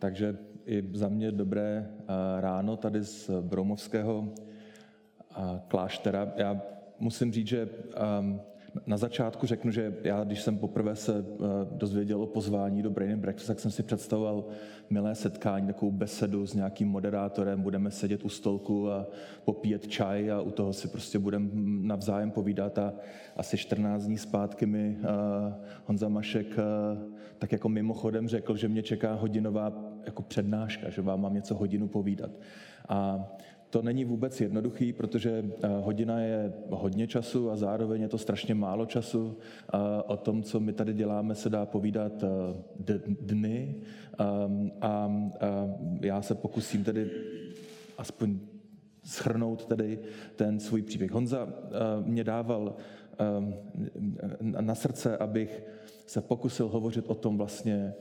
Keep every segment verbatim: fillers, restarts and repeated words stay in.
Takže i za mě dobré ráno tady z Broumovského kláštera. Já musím říct, že na začátku řeknu, že já, když jsem poprvé se dozvěděl o pozvání do Brain and Breakfast, tak jsem si představoval milé setkání, takovou besedu s nějakým moderátorem, budeme sedět u stolku a popíjet čaj a u toho si prostě budeme navzájem povídat. A asi čtrnáct dní zpátky mi Honza Mašek tak jako mimochodem řekl, že mě čeká hodinová jako přednáška, že vám mám něco hodinu povídat. A to není vůbec jednoduchý, protože hodina je hodně času a zároveň je to strašně málo času. O tom, co my tady děláme, se dá povídat dny a já se pokusím tedy aspoň shrnout tedy ten svůj příběh. Honza mě dával na srdce, abych se pokusil hovořit o tom vlastně,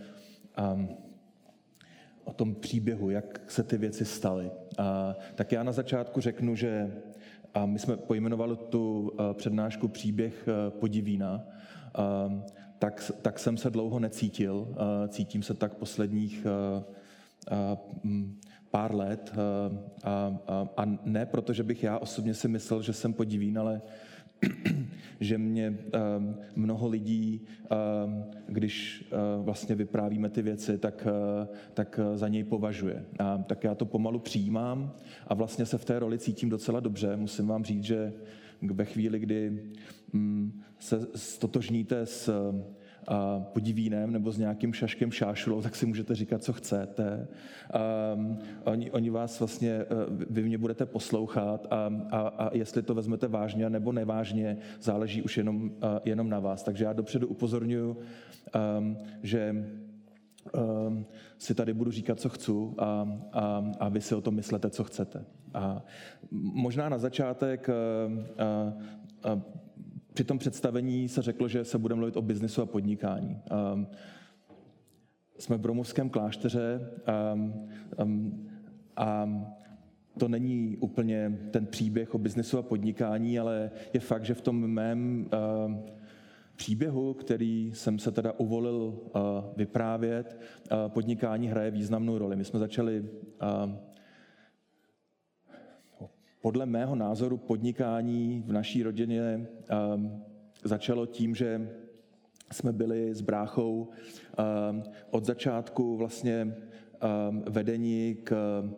o tom příběhu, jak se ty věci staly. A, tak já na začátku řeknu, že a my jsme pojmenovali tu a, přednášku Příběh a, Podivína, a, tak, tak jsem se dlouho necítil. A, cítím se tak posledních a, a, pár let. A, a, a ne proto, že bych já osobně si myslel, že jsem podivín, ale že mě um, mnoho lidí, um, když uh, vlastně vyprávíme ty věci, tak, uh, tak uh, za něj považuje. A tak já to pomalu přijímám a vlastně se v té roli cítím docela dobře. Musím vám říct, že ve chvíli, kdy um, se stotožníte s uh, podivínem nebo s nějakým šaškem šášulou, tak si můžete říkat, co chcete. Um, oni, oni vás vlastně, vy mě budete poslouchat a, a, a jestli to vezmete vážně nebo nevážně, záleží už jenom, uh, jenom na vás. Takže já dopředu upozorňuji, um, že um, si tady budu říkat, co chci a, a, a vy si o tom myslete, co chcete. A možná na začátek uh, uh, uh, při tom představení se řeklo, že se bude mluvit o biznesu a podnikání. Um, jsme v Broumovském klášteře um, um, a to není úplně ten příběh o biznesu a podnikání, ale je fakt, že v tom mém uh, příběhu, který jsem se teda uvolil uh, vyprávět, uh, podnikání hraje významnou roli. My jsme začali uh, Podle mého názoru podnikání v naší rodině um, začalo tím, že jsme byli s bráchou um, od začátku vlastně um, vedeni k,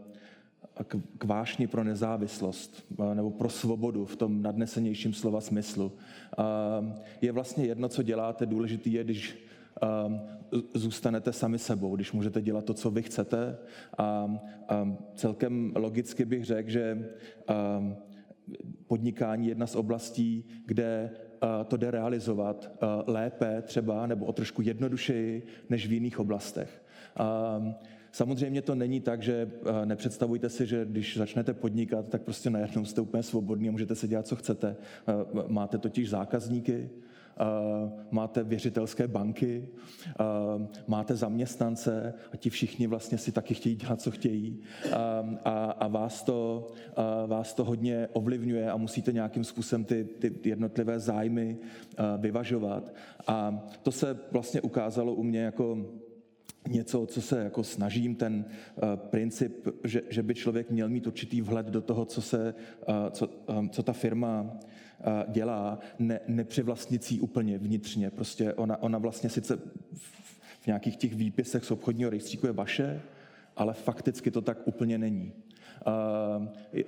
k, k vášni pro nezávislost uh, nebo pro svobodu v tom nadnesenějším slova smyslu. Um, je vlastně jedno, co děláte, důležité je, když Um, zůstanete sami sebou, když můžete dělat to, co vy chcete. A um, celkem logicky bych řekl, že um, podnikání je jedna z oblastí, kde uh, to jde realizovat uh, lépe třeba nebo o trošku jednodušeji než v jiných oblastech. Um, Samozřejmě to není tak, že uh, nepředstavujte si, že když začnete podnikat, tak prostě najednou jste úplně svobodní a můžete si dělat, co chcete. Uh, máte totiž zákazníky, Uh, máte věřitelské banky, uh, máte zaměstnance a ti všichni vlastně si taky chtějí dělat, co chtějí uh, a, a vás, to, uh, vás to hodně ovlivňuje a musíte nějakým způsobem ty, ty jednotlivé zájmy uh, vyvažovat. A to se vlastně ukázalo u mě jako něco, co se jako snažím, ten uh, princip, že, že by člověk měl mít určitý vhled do toho, co, se, uh, co, um, co ta firma uh, dělá, ne, nepřivlastnit si úplně vnitřně. Prostě ona, ona vlastně sice v, v nějakých těch výpisech z obchodního rejstříku je vaše, ale fakticky to tak úplně není. Uh,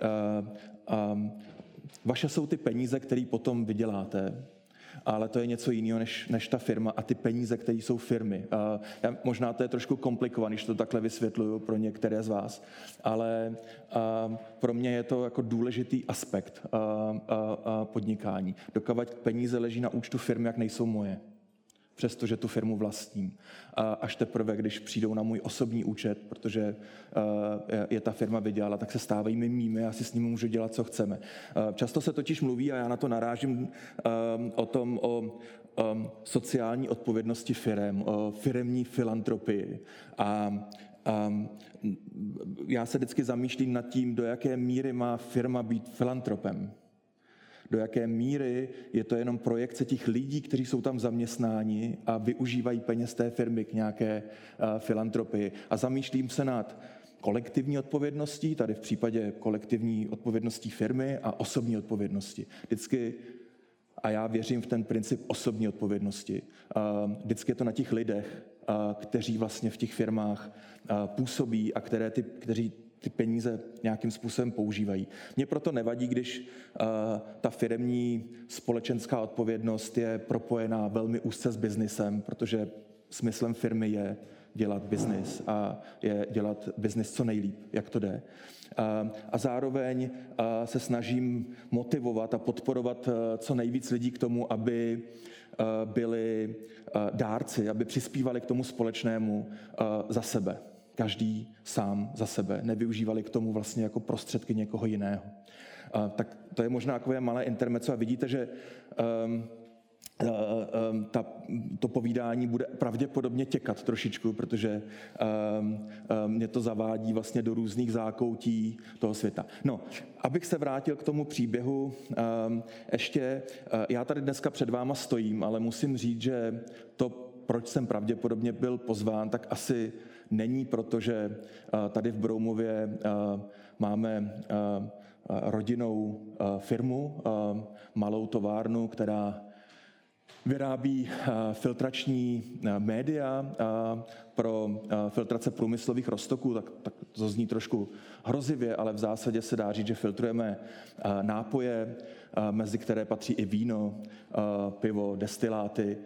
uh, um, vaše jsou ty peníze, které potom vyděláte, ale to je něco jiného než, než ta firma a ty peníze, které jsou firmy. A já, možná to je trošku komplikované, když to takhle vysvětluju pro některé z vás, ale a, pro mě je to jako důležitý aspekt a, a, a podnikání. Dokud peníze leží na účtu firmy, jak nejsou moje. Přestože tu firmu vlastním. A až teprve, když přijdou na můj osobní účet, protože je ta firma vydělala, tak se stávají mými, já si s nimi můžu dělat, co chceme. Často se totiž mluví, a já na to narážím, o tom, o sociální odpovědnosti firem, o firemní filantropii. A Um, já se vždycky zamýšlím nad tím, do jaké míry má firma být filantropem. Do jaké míry je to jenom projekce těch lidí, kteří jsou tam zaměstnáni a využívají peněz té firmy k nějaké filantropii. A zamýšlím se nad kolektivní odpovědností, tady v případě kolektivní odpovědností firmy a osobní odpovědnosti. Vždycky, a já věřím v ten princip osobní odpovědnosti, vždycky je to na těch lidech, kteří vlastně v těch firmách působí a které ty, kteří ty peníze nějakým způsobem používají. Mně proto nevadí, když uh, ta firemní společenská odpovědnost je propojená velmi úzce s biznisem, protože smyslem firmy je dělat biznis a je dělat biznis co nejlíp, jak to jde. Uh, a zároveň uh, se snažím motivovat a podporovat uh, co nejvíc lidí k tomu, aby uh, byli uh, dárci, aby přispívali k tomu společnému uh, za sebe. Každý sám za sebe, nevyužívali k tomu vlastně jako prostředky někoho jiného. Uh, tak to je možná takové malé intermezzo a vidíte, že um, uh, um, ta, to povídání bude pravděpodobně těkat trošičku, protože um, um, mě to zavádí vlastně do různých zákoutí toho světa. No, abych se vrátil k tomu příběhu, um, ještě, uh, já tady dneska před váma stojím, ale musím říct, že to, proč jsem pravděpodobně byl pozván, tak asi není proto, že tady v Broumově máme rodinnou firmu, malou továrnu, která vyrábí filtrační média pro filtrace průmyslových roztoků, tak, tak to zní trošku hrozivě, ale v zásadě se dá říct, že filtrujeme nápoje, mezi které patří i víno, pivo, destiláty.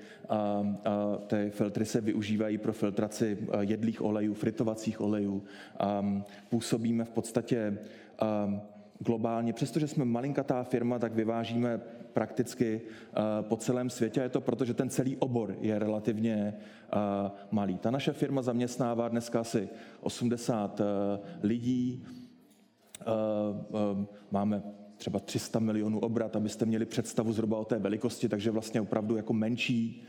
Ty filtry se využívají pro filtraci jedlých olejů, fritovacích olejů. Působíme v podstatě globálně. Přestože jsme malinkatá firma, tak vyvážíme prakticky po celém světě. Je to proto, že ten celý obor je relativně malý. Ta naše firma zaměstnává dneska asi osmdesát lidí. Máme třeba tři sta milionů obrat, abyste měli představu zhruba o té velikosti, takže vlastně opravdu jako menší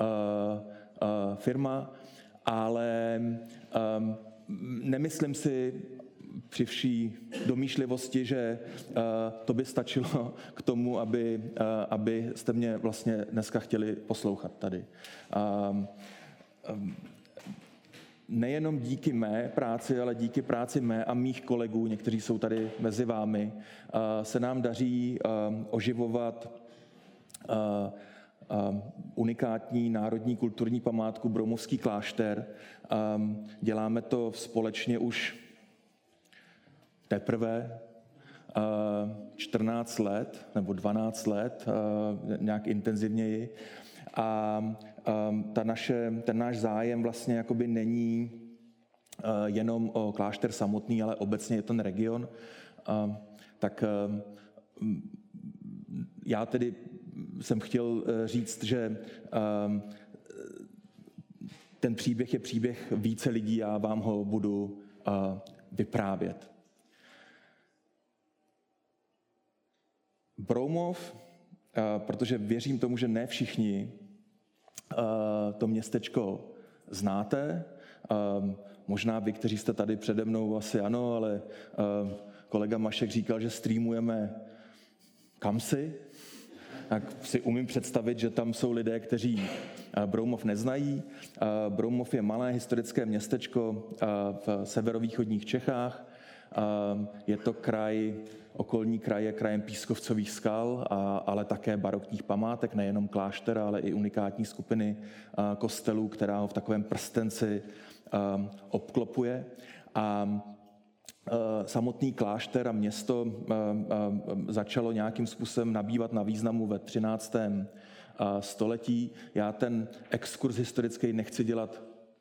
firma. Ale nemyslím si, při vší domýšlivosti, že uh, to by stačilo k tomu, aby, uh, abyste mě vlastně dneska chtěli poslouchat tady. Uh, um, nejenom díky mé práci, ale díky práci mé a mých kolegů, někteří jsou tady mezi vámi, uh, se nám daří uh, oživovat uh, uh, unikátní národní kulturní památku Broumovský klášter. Um, děláme to společně už teprve čtrnáct let nebo dvanáct let, nějak intenzivněji. A ta naše, ten náš zájem vlastně jakoby není jenom o klášter samotný, ale obecně je ten region. Tak já tedy jsem chtěl říct, že ten příběh je příběh více lidí, já vám ho budu vyprávět. Broumov, protože věřím tomu, že ne všichni to městečko znáte. Možná vy, kteří jste tady přede mnou, asi ano, ale kolega Mašek říkal, že streamujeme kamsi. Tak si umím představit, že tam jsou lidé, kteří Broumov neznají. Broumov je malé historické městečko v severovýchodních Čechách. Je to kraj, okolní kraj je krajem pískovcových skal, ale také barokních památek, nejenom kláštera, ale i unikátní skupiny kostelů, která ho v takovém prstenci obklopuje. A samotný klášter a město začalo nějakým způsobem nabývat na významu ve třináctém století. Já ten exkurs historický nechci dělat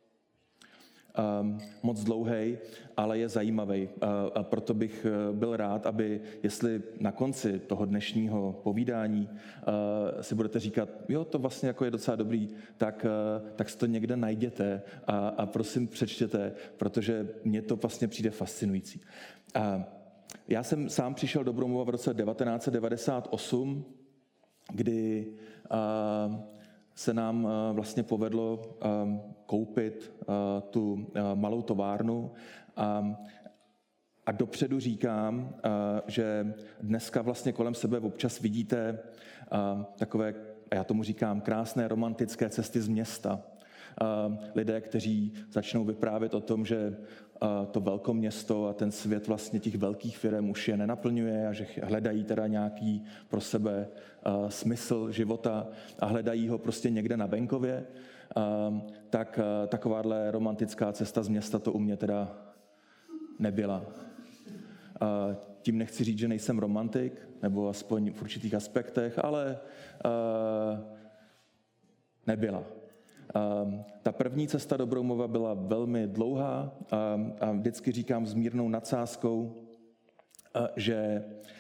moc dlouhý, ale je zajímavý. A proto bych byl rád, aby, jestli na konci toho dnešního povídání si budete říkat, jo, to vlastně jako je docela dobrý, tak, tak si to někde najděte a, a prosím přečtěte, protože mně to vlastně přijde fascinující. A já jsem sám přišel do Broumova v roce devatenáct set devadesát osm, kdy a, se nám vlastně povedlo koupit tu malou továrnu. A a dopředu říkám, že dneska vlastně kolem sebe občas vidíte takové, já tomu říkám, krásné romantické cesty z města. Lidé, kteří začnou vyprávět o tom, že to velkoměsto a ten svět vlastně těch velkých firem už je nenaplňuje a že hledají teda nějaký pro sebe smysl života a hledají ho prostě někde na venkově, tak takováhle romantická cesta z města to u mě teda nebyla. Tím nechci říct, že nejsem romantik, nebo aspoň v určitých aspektech, ale nebyla. Ta první cesta do Broumova byla velmi dlouhá a vždycky říkám s mírnou nadsázkou, že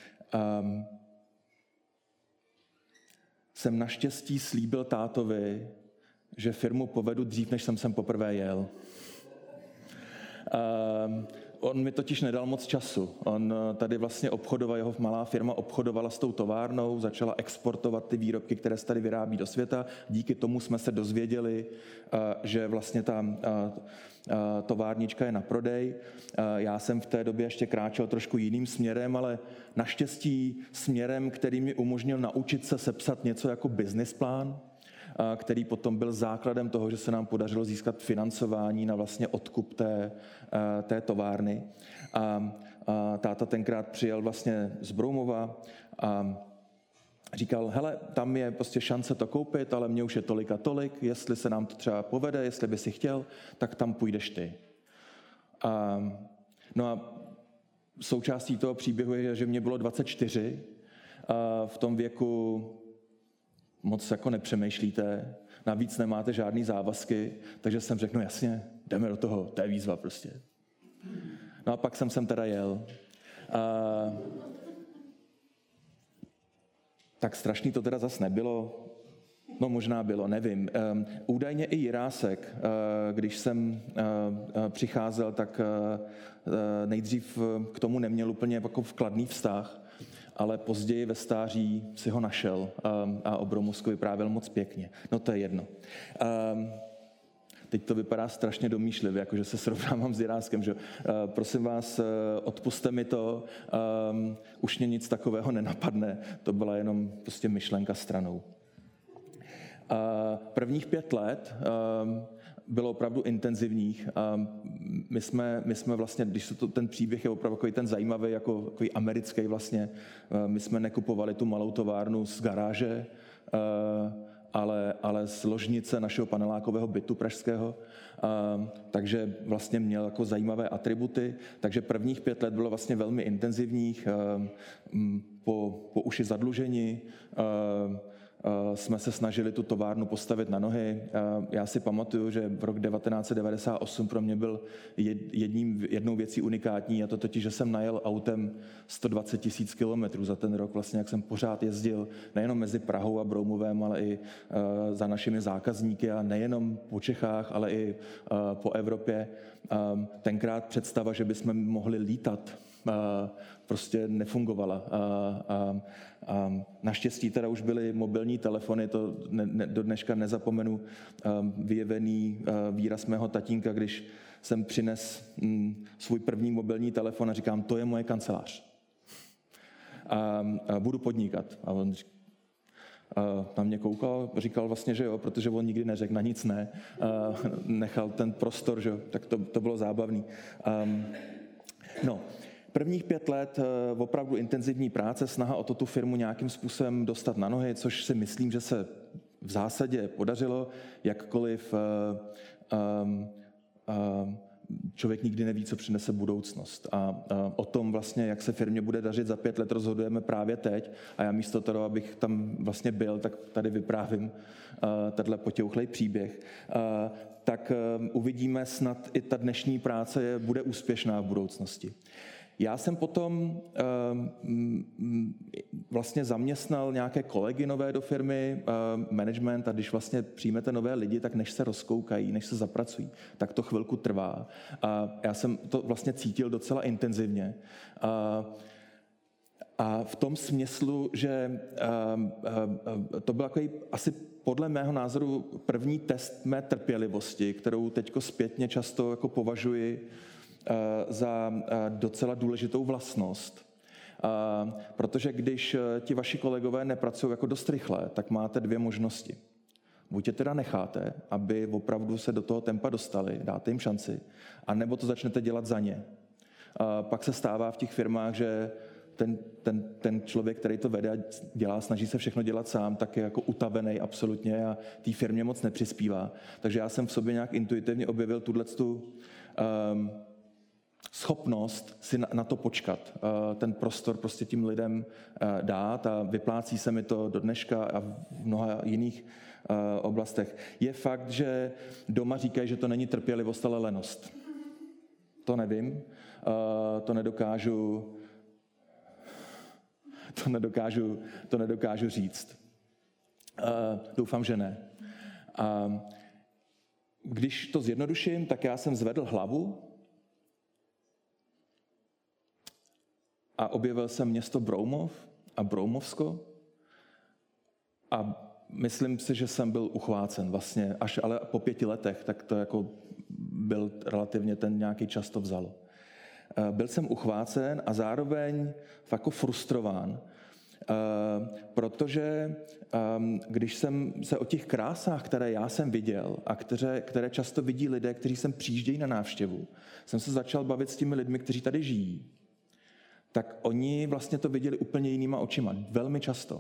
jsem naštěstí slíbil tátovi, že firmu povedu dřív, než jsem sem poprvé jel. On mi totiž nedal moc času. On tady vlastně obchodoval, jeho malá firma obchodovala s tou továrnou, začala exportovat ty výrobky, které se tady vyrábí do světa. Díky tomu jsme se dozvěděli, že vlastně ta továrnička je na prodej. Já jsem v té době ještě kráčel trošku jiným směrem, ale naštěstí směrem, který mi umožnil naučit se sepsat něco jako business plán, který potom byl základem toho, že se nám podařilo získat financování na vlastně odkup té, té továrny. A, a táta tenkrát přijel vlastně z Broumova a říkal, hele, tam je prostě šance to koupit, ale mě už je tolik a tolik, jestli se nám to třeba povede, jestli by si chtěl, tak tam půjdeš ty. A, no a součástí toho příběhu je, že mě bylo dvacet čtyři a v tom věku moc jako nepřemýšlíte, navíc nemáte žádný závazky, takže jsem řekl, no jasně, jdeme do toho, to je výzva prostě. No a pak jsem sem teda jel. A tak strašný to teda zas nebylo, no možná bylo, nevím. Um, údajně i Jirásek, uh, když jsem uh, uh, přicházel, tak uh, nejdřív k tomu neměl úplně jako vkladný vztah, ale později ve stáří si ho našel a o Broumovsku vyprávěl moc pěkně. No to je jedno. Teď to vypadá strašně domýšlivě, jakože se srovnávám s Jiráskem, že prosím vás, odpusťte mi to, už mě nic takového nenapadne, to byla jenom prostě myšlenka stranou. Prvních pět let bylo opravdu intenzivních. My jsme, my jsme vlastně, když se to, ten příběh je opravdu takový ten zajímavý, jako takový americký vlastně, my jsme nekupovali tu malou továrnu z garáže, ale, ale z ložnice našeho panelákového bytu pražského, takže vlastně měl jako zajímavé atributy, takže prvních pět let bylo vlastně velmi intenzivních, po, po uši zadlužení, jsme se snažili tu továrnu postavit na nohy. Já si pamatuju, že v rok devatenáct set devadesát osm pro mě byl jedním, jednou věcí unikátní, a to totiž, že jsem najel autem sto dvacet tisíc kilometrů za ten rok, vlastně jak jsem pořád jezdil nejenom mezi Prahou a Broumovem, ale i za našimi zákazníky a nejenom po Čechách, ale i po Evropě. Tenkrát představa, že bychom mohli lítat, prostě nefungovala. A, a, a naštěstí teda už byly mobilní telefony, to ne, ne, do dneška nezapomenu vyjevený výraz mého tatínka, když jsem přines m, svůj první mobilní telefon a říkám, to je moje kancelář. A, a budu podnikat. A on a na mě koukal, říkal vlastně, že jo, protože on nikdy neřekl na nic ne. A nechal ten prostor, že jo, tak to, to bylo zábavný. A, no, prvních pět let opravdu intenzivní práce, snaha o to tu firmu nějakým způsobem dostat na nohy, což si myslím, že se v zásadě podařilo, jakkoliv um, um, člověk nikdy neví, co přinese budoucnost. A, a o tom vlastně, jak se firmě bude dařit za pět let, rozhodujeme právě teď. A já místo toho, abych tam vlastně byl, tak tady vyprávím uh, tenhle potěuchlej příběh. Uh, tak uh, uvidíme, snad i ta dnešní práce je, bude úspěšná v budoucnosti. Já jsem potom vlastně zaměstnal nějaké kolegy nové do firmy, management, a když vlastně přijmete nové lidi, tak než se rozkoukají, než se zapracují, tak to chvilku trvá. A já jsem to vlastně cítil docela intenzivně. A, a v tom smyslu, že to byl takový asi podle mého názoru první test mé trpělivosti, kterou teďko zpětně často jako považuji za docela důležitou vlastnost. Protože když ti vaši kolegové nepracují jako dost rychle, tak máte dvě možnosti. Buď je teda necháte, aby opravdu se do toho tempa dostali, dáte jim šanci, anebo to začnete dělat za ně. Pak se stává v těch firmách, že ten, ten, ten člověk, který to vede a dělá, snaží se všechno dělat sám, tak je jako utavený absolutně a té firmě moc nepřispívá. Takže já jsem v sobě nějak intuitivně objevil tuhletu um, schopnost si na, na to počkat. Uh, ten prostor prostě tím lidem uh, dát a vyplácí se mi to do dneška a v mnoha jiných uh, oblastech. Je fakt, že doma říkají, že to není trpělivost, ale lenost. To nevím, uh, to nedokážu To nedokážu, to nedokážu říct. Uh, doufám, že ne. Uh, když to zjednoduším, tak já jsem zvedl hlavu a objevil jsem město Broumov a Broumovsko a myslím si, že jsem byl uchvácen vlastně, až ale po pěti letech, tak to jako byl relativně ten nějaký čas to vzalo. Byl jsem uchvácen a zároveň jako frustrován, protože když jsem se o těch krásách, které já jsem viděl a které, které často vidí lidé, kteří sem přijíždějí na návštěvu, jsem se začal bavit s těmi lidmi, kteří tady žijí, tak oni vlastně to viděli úplně jinýma očima, velmi často.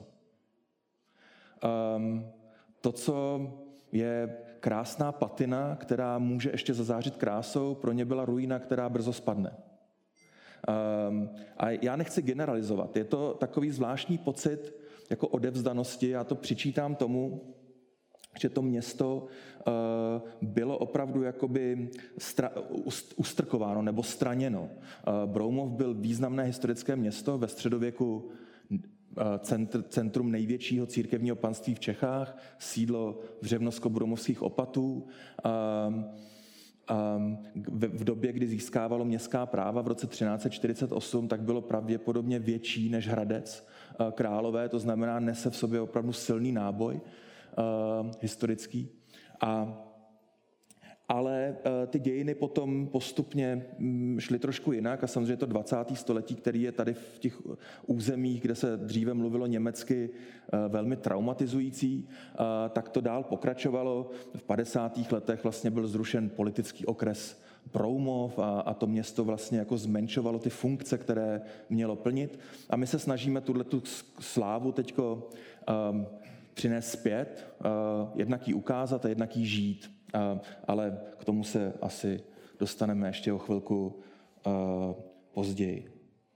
To, co je krásná patina, která může ještě zazářit krásou, pro ně byla ruina, která brzo spadne. Um, a já nechci generalizovat, je to takový zvláštní pocit jako odevzdanosti, já to přičítám tomu, že to město uh, bylo opravdu jakoby stra, ustrkováno nebo straněno. Uh, Broumov byl významné historické město ve středověku, Centr, centrum největšího církevního panství v Čechách, sídlo vřevnovsko-broumovských opatů. Um, um, v, v době, kdy získávalo městská práva v roce třináct set čtyřicet osm, tak bylo pravděpodobně větší než Hradec uh, Králové, to znamená, nese v sobě opravdu silný náboj uh, historický. A Ale ty dějiny potom postupně šly trošku jinak a samozřejmě to dvacáté století, který je tady v těch územích, kde se dříve mluvilo německy, velmi traumatizující, tak to dál pokračovalo. V padesátých letech vlastně byl zrušen politický okres Broumov a, a to město vlastně jako zmenšovalo ty funkce, které mělo plnit. A my se snažíme tuhletu slávu teďko um, přinést zpět, uh, jednak ji ukázat a jednak ji žít. Uh, ale k tomu se asi dostaneme ještě o chvilku uh, později.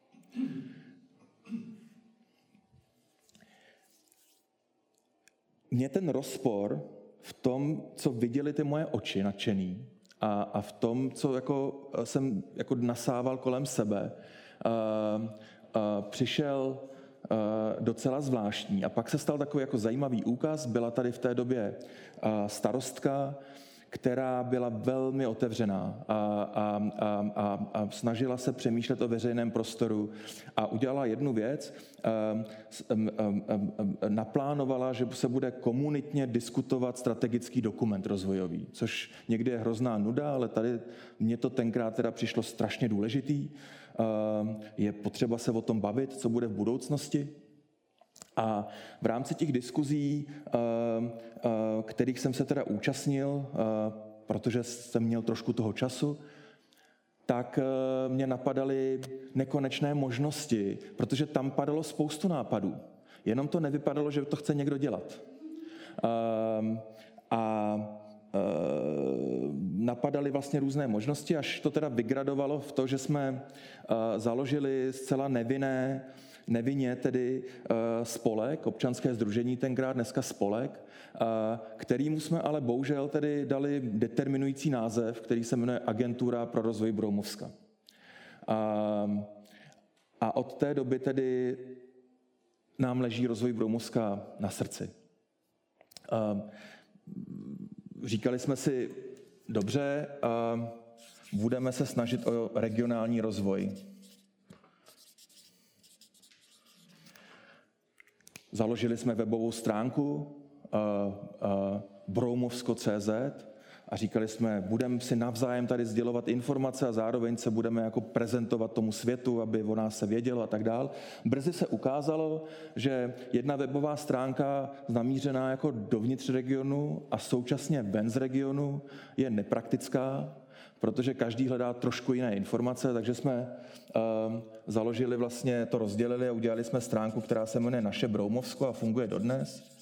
Mě ten rozpor v tom, co viděli ty moje oči nadšený a, a v tom, co jako jsem jako nasával kolem sebe, uh, uh, přišel uh, docela zvláštní. A pak se stal takový jako zajímavý úkaz. Byla tady v té době uh, starostka, která byla velmi otevřená a, a, a, a, a snažila se přemýšlet o veřejném prostoru a udělala jednu věc, naplánovala, že se bude komunitně diskutovat strategický dokument rozvojový, což někdy je hrozná nuda, ale tady mně to tenkrát teda přišlo strašně důležitý. Je potřeba se o tom bavit, co bude v budoucnosti. A v rámci těch diskuzí, kterých jsem se teda účastnil, protože jsem měl trošku toho času, tak mě napadaly nekonečné možnosti, protože tam padalo spoustu nápadů. Jenom to nevypadalo, že to chce někdo dělat. A napadaly vlastně různé možnosti, až to teda vygradovalo v to, že jsme založili zcela nevinné Nevinně tedy spolek, občanské sdružení tenkrát, dneska spolek, kterýmu jsme ale bohužel tedy dali determinující název, který se jmenuje Agentura pro rozvoj Broumovska. A od té doby tedy nám leží rozvoj Broumovska na srdci. Říkali jsme si, dobře, budeme se snažit o regionální rozvoj. Založili jsme webovou stránku uh, uh, broumovsko tečka cé zet a říkali jsme, budeme si navzájem tady sdělovat informace a zároveň se budeme jako prezentovat tomu světu, aby o nás se vědělo a tak dál. Brzy se ukázalo, že jedna webová stránka namířená jako dovnitř regionu a současně ven z regionu je nepraktická, protože každý hledá trošku jiné informace, takže jsme um, založili vlastně, to rozdělili a udělali jsme stránku, která se jmenuje Naše Broumovsko a funguje dodnes.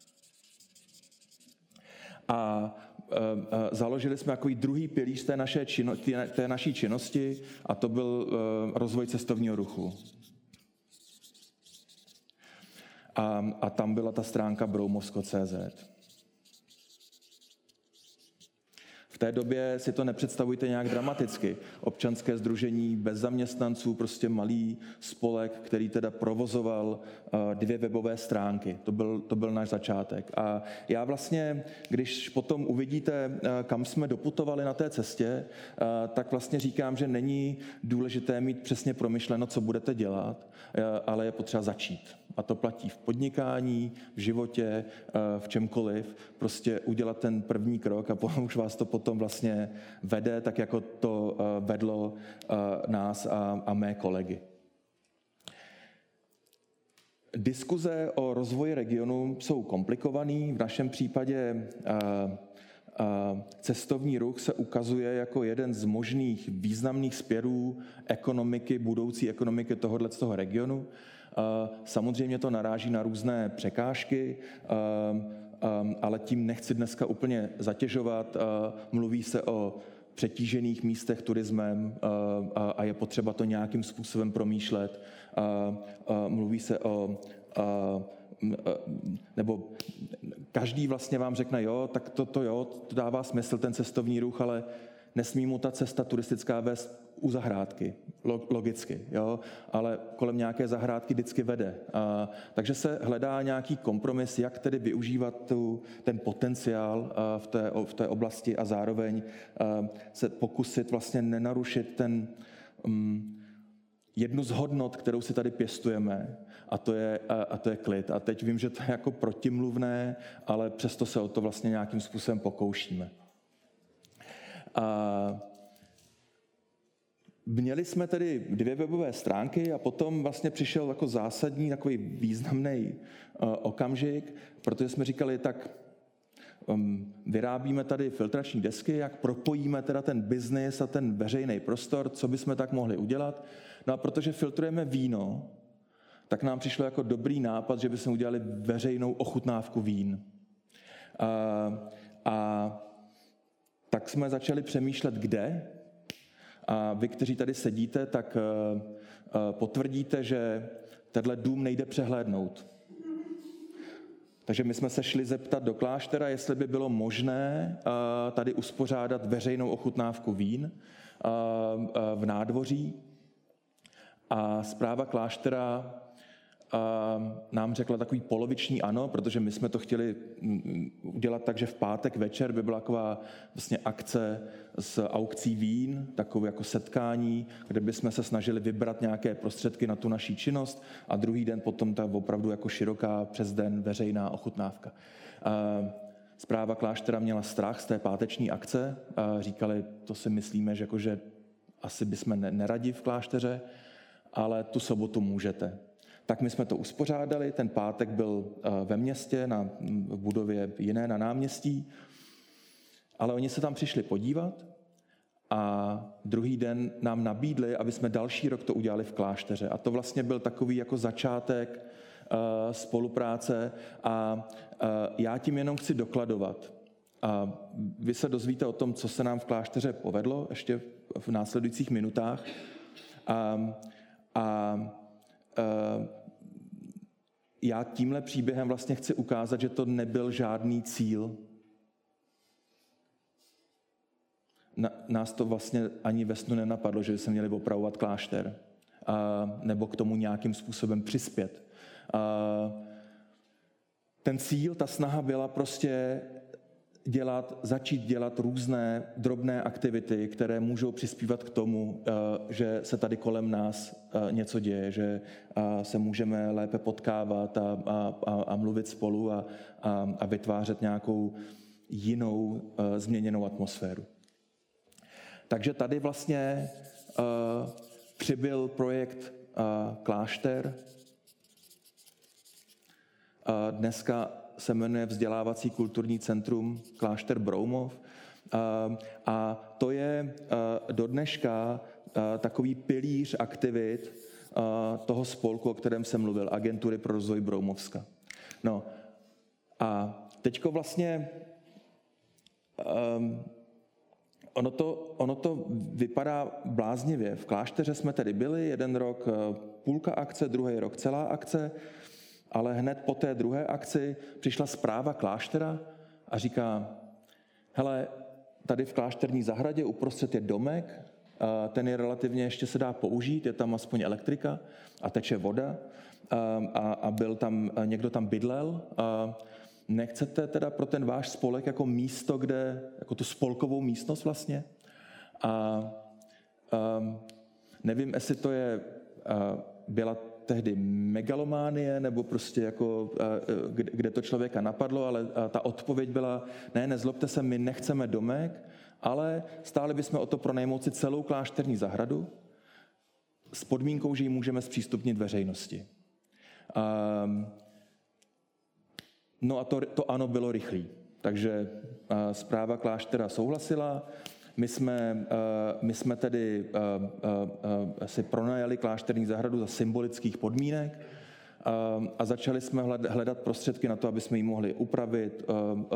A uh, uh, založili jsme takový druhý pilíř té, naše čino, té, té naší činnosti a to byl uh, rozvoj cestovního ruchu. A, a tam byla ta stránka broumovsko tečka cé zet. V té době si to nepředstavujte nějak dramaticky. Občanské sdružení bez zaměstnanců, prostě malý spolek, který teda provozoval dvě webové stránky. To byl, to byl náš začátek. A já vlastně, když potom uvidíte, kam jsme doputovali na té cestě, tak vlastně říkám, že není důležité mít přesně promyšleno, co budete dělat, ale je potřeba začít. A to platí v podnikání, v životě, v čemkoliv. Prostě udělat ten první krok a potom už vás to potom vlastně vede, tak jako to vedlo nás a, a mé kolegy. Diskuze o rozvoji regionu jsou komplikovaný. V našem případě cestovní ruch se ukazuje jako jeden z možných významných směrů ekonomiky, budoucí ekonomiky tohoto regionu. Samozřejmě to naráží na různé překážky, ale tím nechci dneska úplně zatěžovat. Mluví se o přetížených místech turismem a je potřeba to nějakým způsobem promýšlet. Mluví se o, nebo každý vlastně vám řekne, jo, tak to, to jo, to dává smysl ten cestovní ruch, ale nesmí mu ta cesta turistická vést u zahrádky, logicky, jo? Ale kolem nějaké zahrádky vždycky vede. A, takže se hledá nějaký kompromis, jak tedy využívat tu, ten potenciál a, v, té, v té oblasti a zároveň a, se pokusit vlastně nenarušit ten um, jednu z hodnot, kterou si tady pěstujeme, a to je, a, a to je klid. A teď vím, že to je jako protimluvné, ale přesto se o to vlastně nějakým způsobem pokoušíme. A měli jsme tedy dvě webové stránky a potom vlastně přišel jako zásadní, takový významný uh, okamžik, protože jsme říkali, tak um, vyrábíme tady filtrační desky, jak propojíme teda ten biznis a ten veřejný prostor, co bychom tak mohli udělat. No a protože filtrujeme víno, tak nám přišlo jako dobrý nápad, že bychom udělali veřejnou ochutnávku vín. Uh, a tak jsme začali přemýšlet, kde. A vy, kteří tady sedíte, tak potvrdíte, že tenhle dům nejde přehlédnout. Takže my jsme se šli zeptat do kláštera, jestli by bylo možné tady uspořádat veřejnou ochutnávku vín v nádvoří. A správa kláštera nám řekla takový poloviční ano, protože my jsme to chtěli udělat tak, že v pátek večer by byla taková vlastně akce s aukcí vín, takové jako setkání, kde bychom se snažili vybrat nějaké prostředky na tu naší činnost a druhý den potom ta opravdu jako široká přes den veřejná ochutnávka. Správa kláštera měla strach z té páteční akce a říkali, to si myslíme, že, jako, že asi bychom neradi v klášteře, ale tu sobotu můžete. Tak my jsme to uspořádali, ten pátek byl ve městě, na, v budově jiné na náměstí, ale oni se tam přišli podívat a druhý den nám nabídli, aby jsme další rok to udělali v klášteře. A to vlastně byl takový jako začátek uh, spolupráce a uh, já tím jenom chci dokladovat. A vy se dozvíte o tom, co se nám v klášteře povedlo ještě v následujících minutách. A, a já tímhle příběhem vlastně chci ukázat, že to nebyl žádný cíl. Nás to vlastně ani ve snu nenapadlo, že jsme měli opravovat klášter nebo k tomu nějakým způsobem přispět. Ten cíl, ta snaha byla prostě dělat, začít dělat různé drobné aktivity, které můžou přispívat k tomu, že se tady kolem nás něco děje, že se můžeme lépe potkávat a, a, a mluvit spolu a, a, a vytvářet nějakou jinou změněnou atmosféru. Takže tady vlastně přibyl projekt Klášter. Dneska se jmenuje Vzdělávací kulturní centrum Klášter Broumov. A to je do dneška takový pilíř aktivit toho spolku, o kterém jsem mluvil, Agentury pro rozvoj Broumovska. No a teďko vlastně um, ono, to, ono to vypadá bláznivě. V Klášteře jsme tedy byli jeden rok půlka akce, druhý rok celá akce, ale hned po té druhé akci přišla správa kláštera a říká, hele, tady v klášterní zahradě uprostřed je domek, ten je relativně, ještě se dá použít, je tam aspoň elektrika a teče voda a, a byl tam, někdo tam bydlel. A nechcete teda pro ten váš spolek jako místo, kde, jako tu spolkovou místnost vlastně? A, a nevím, jestli to je, byla tehdy megalománie, nebo prostě jako, kde to člověka napadlo, ale ta odpověď byla, ne, nezlobte se, my nechceme domek, ale stáli bychom o to pronajmout si celou klášterní zahradu s podmínkou, že ji můžeme zpřístupnit veřejnosti. No a to, to ano bylo rychlý. Takže správa kláštera souhlasila, my jsme, my jsme tedy si pronajali klášterní zahradu za symbolických podmínek a začali jsme hledat prostředky na to, aby jsme ji mohli upravit,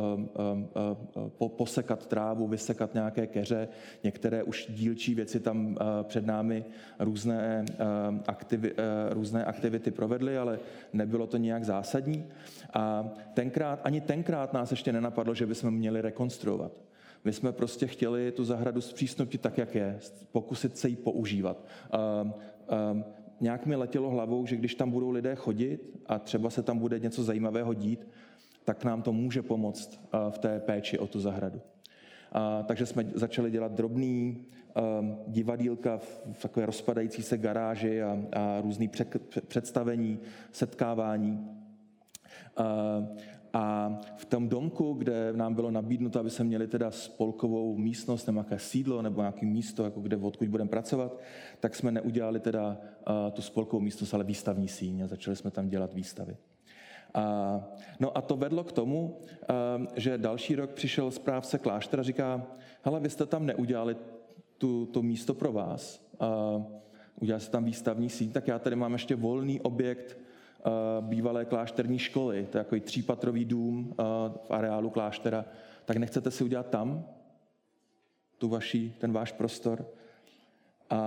posekat trávu, vysekat nějaké keře. Některé už dílčí věci tam před námi různé, aktivi, různé aktivity provedly, ale nebylo to nějak zásadní. A tenkrát, ani tenkrát nás ještě nenapadlo, že bychom měli rekonstruovat. My jsme prostě chtěli tu zahradu zpřístupnit tak, jak je, pokusit se jí používat. Uh, uh, nějak mi letělo hlavou, že když tam budou lidé chodit a třeba se tam bude něco zajímavého dít, tak nám to může pomoct uh, v té péči o tu zahradu. Uh, takže jsme začali dělat drobný uh, divadýlka v, v takové rozpadající se garáži a, a různý před, představení, setkávání. Uh, A v tom domku, kde nám bylo nabídnuto, aby se měli teda spolkovou místnost, nebo nějaké sídlo, nebo nějaké místo, jako kde, odkud budeme pracovat, tak jsme neudělali teda uh, tu spolkovou místnost, ale výstavní síň a začali jsme tam dělat výstavy. Uh, no a to vedlo k tomu, uh, že další rok přišel správce kláštera a říká, hele, vy jste tam neudělali tu, to místo pro vás, uh, udělali jste tam výstavní síň, tak já tady mám ještě volný objekt bývalé klášterní školy, to je takový třípatrový dům v areálu kláštera, tak nechcete si udělat tam tu vaší, ten váš prostor? A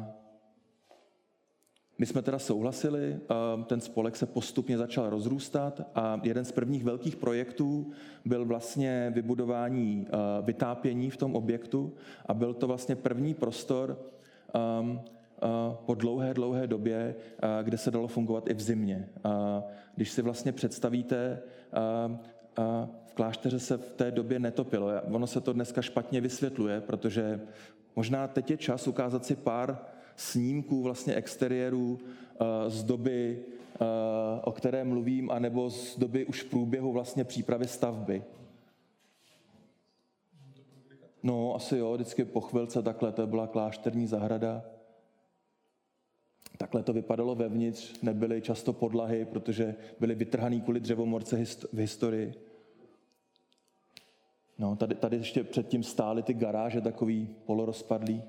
my jsme teda souhlasili, ten spolek se postupně začal rozrůstat a jeden z prvních velkých projektů byl vlastně vybudování vytápění v tom objektu a byl to vlastně první prostor po dlouhé, dlouhé době, kde se dalo fungovat i v zimě. Když si vlastně představíte, v klášteře se v té době netopilo. Ono se to dneska špatně vysvětluje, protože možná teď je čas ukázat si pár snímků vlastně exteriérů z doby, o které mluvím, anebo z doby už v průběhu vlastně přípravy stavby. No, asi jo, vždycky po chvilce takhle, to byla klášterní zahrada. Takhle to vypadalo vevnitř, nebyly často podlahy, protože byly vytrhaný kvůli dřevomorce v historii. No, tady, tady ještě předtím stály ty garáže, takový polorozpadlý.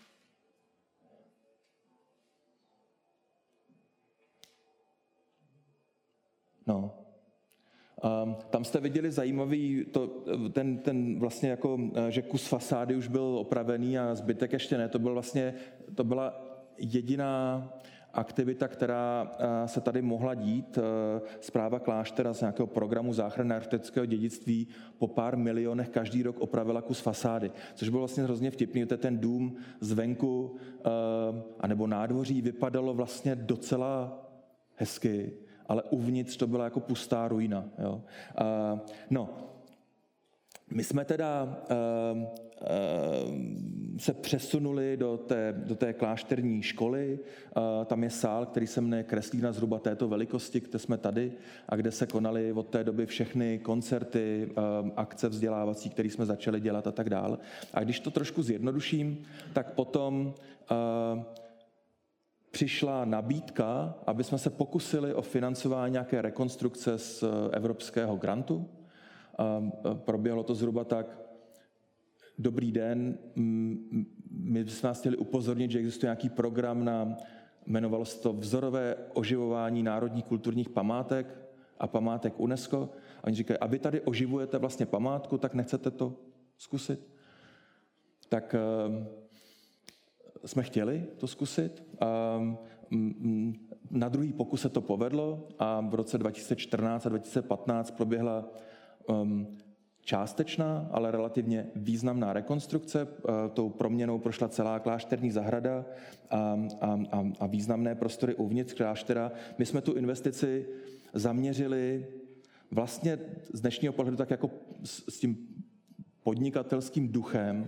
No. Um, tam jste viděli zajímavý, to, ten, ten vlastně jako, že kus fasády už byl opravený a zbytek ještě ne. To byl vlastně, to byla jediná aktivita, která se tady mohla dít. Správa kláštera z nějakého programu záchrany architektonického dědictví po pár milionech každý rok opravila kus fasády, což bylo vlastně hrozně vtipný. Ten dům zvenku anebo nádvoří vypadalo vlastně docela hezky, ale uvnitř to byla jako pustá ruina. Jo. No, my jsme teda se přesunuli do té, do té klášterní školy. Tam je sál, který se jmenuje Kreslína, zhruba této velikosti, kde jsme tady a kde se konaly od té doby všechny koncerty, akce vzdělávací, které jsme začali dělat a tak dál. A když to trošku zjednoduším, tak potom přišla nabídka, aby jsme se pokusili o financování nějaké rekonstrukce z evropského grantu. Proběhlo to zhruba tak: dobrý den, my jsme vás chtěli upozornit, že existuje nějaký program na, jmenovalo se to Vzorové oživování národních kulturních památek a památek UNESCO. A oni říkají, a vy tady oživujete vlastně památku, tak nechcete to zkusit? Tak jsme chtěli to zkusit. Na druhý pokus se to povedlo a v roce dva tisíce čtrnáct a dva tisíce patnáct proběhla částečná, ale relativně významná rekonstrukce. Tou proměnou prošla celá klášterní zahrada a, a, a významné prostory uvnitř kláštera. My jsme tu investici zaměřili vlastně z dnešního pohledu tak jako s, s tím podnikatelským duchem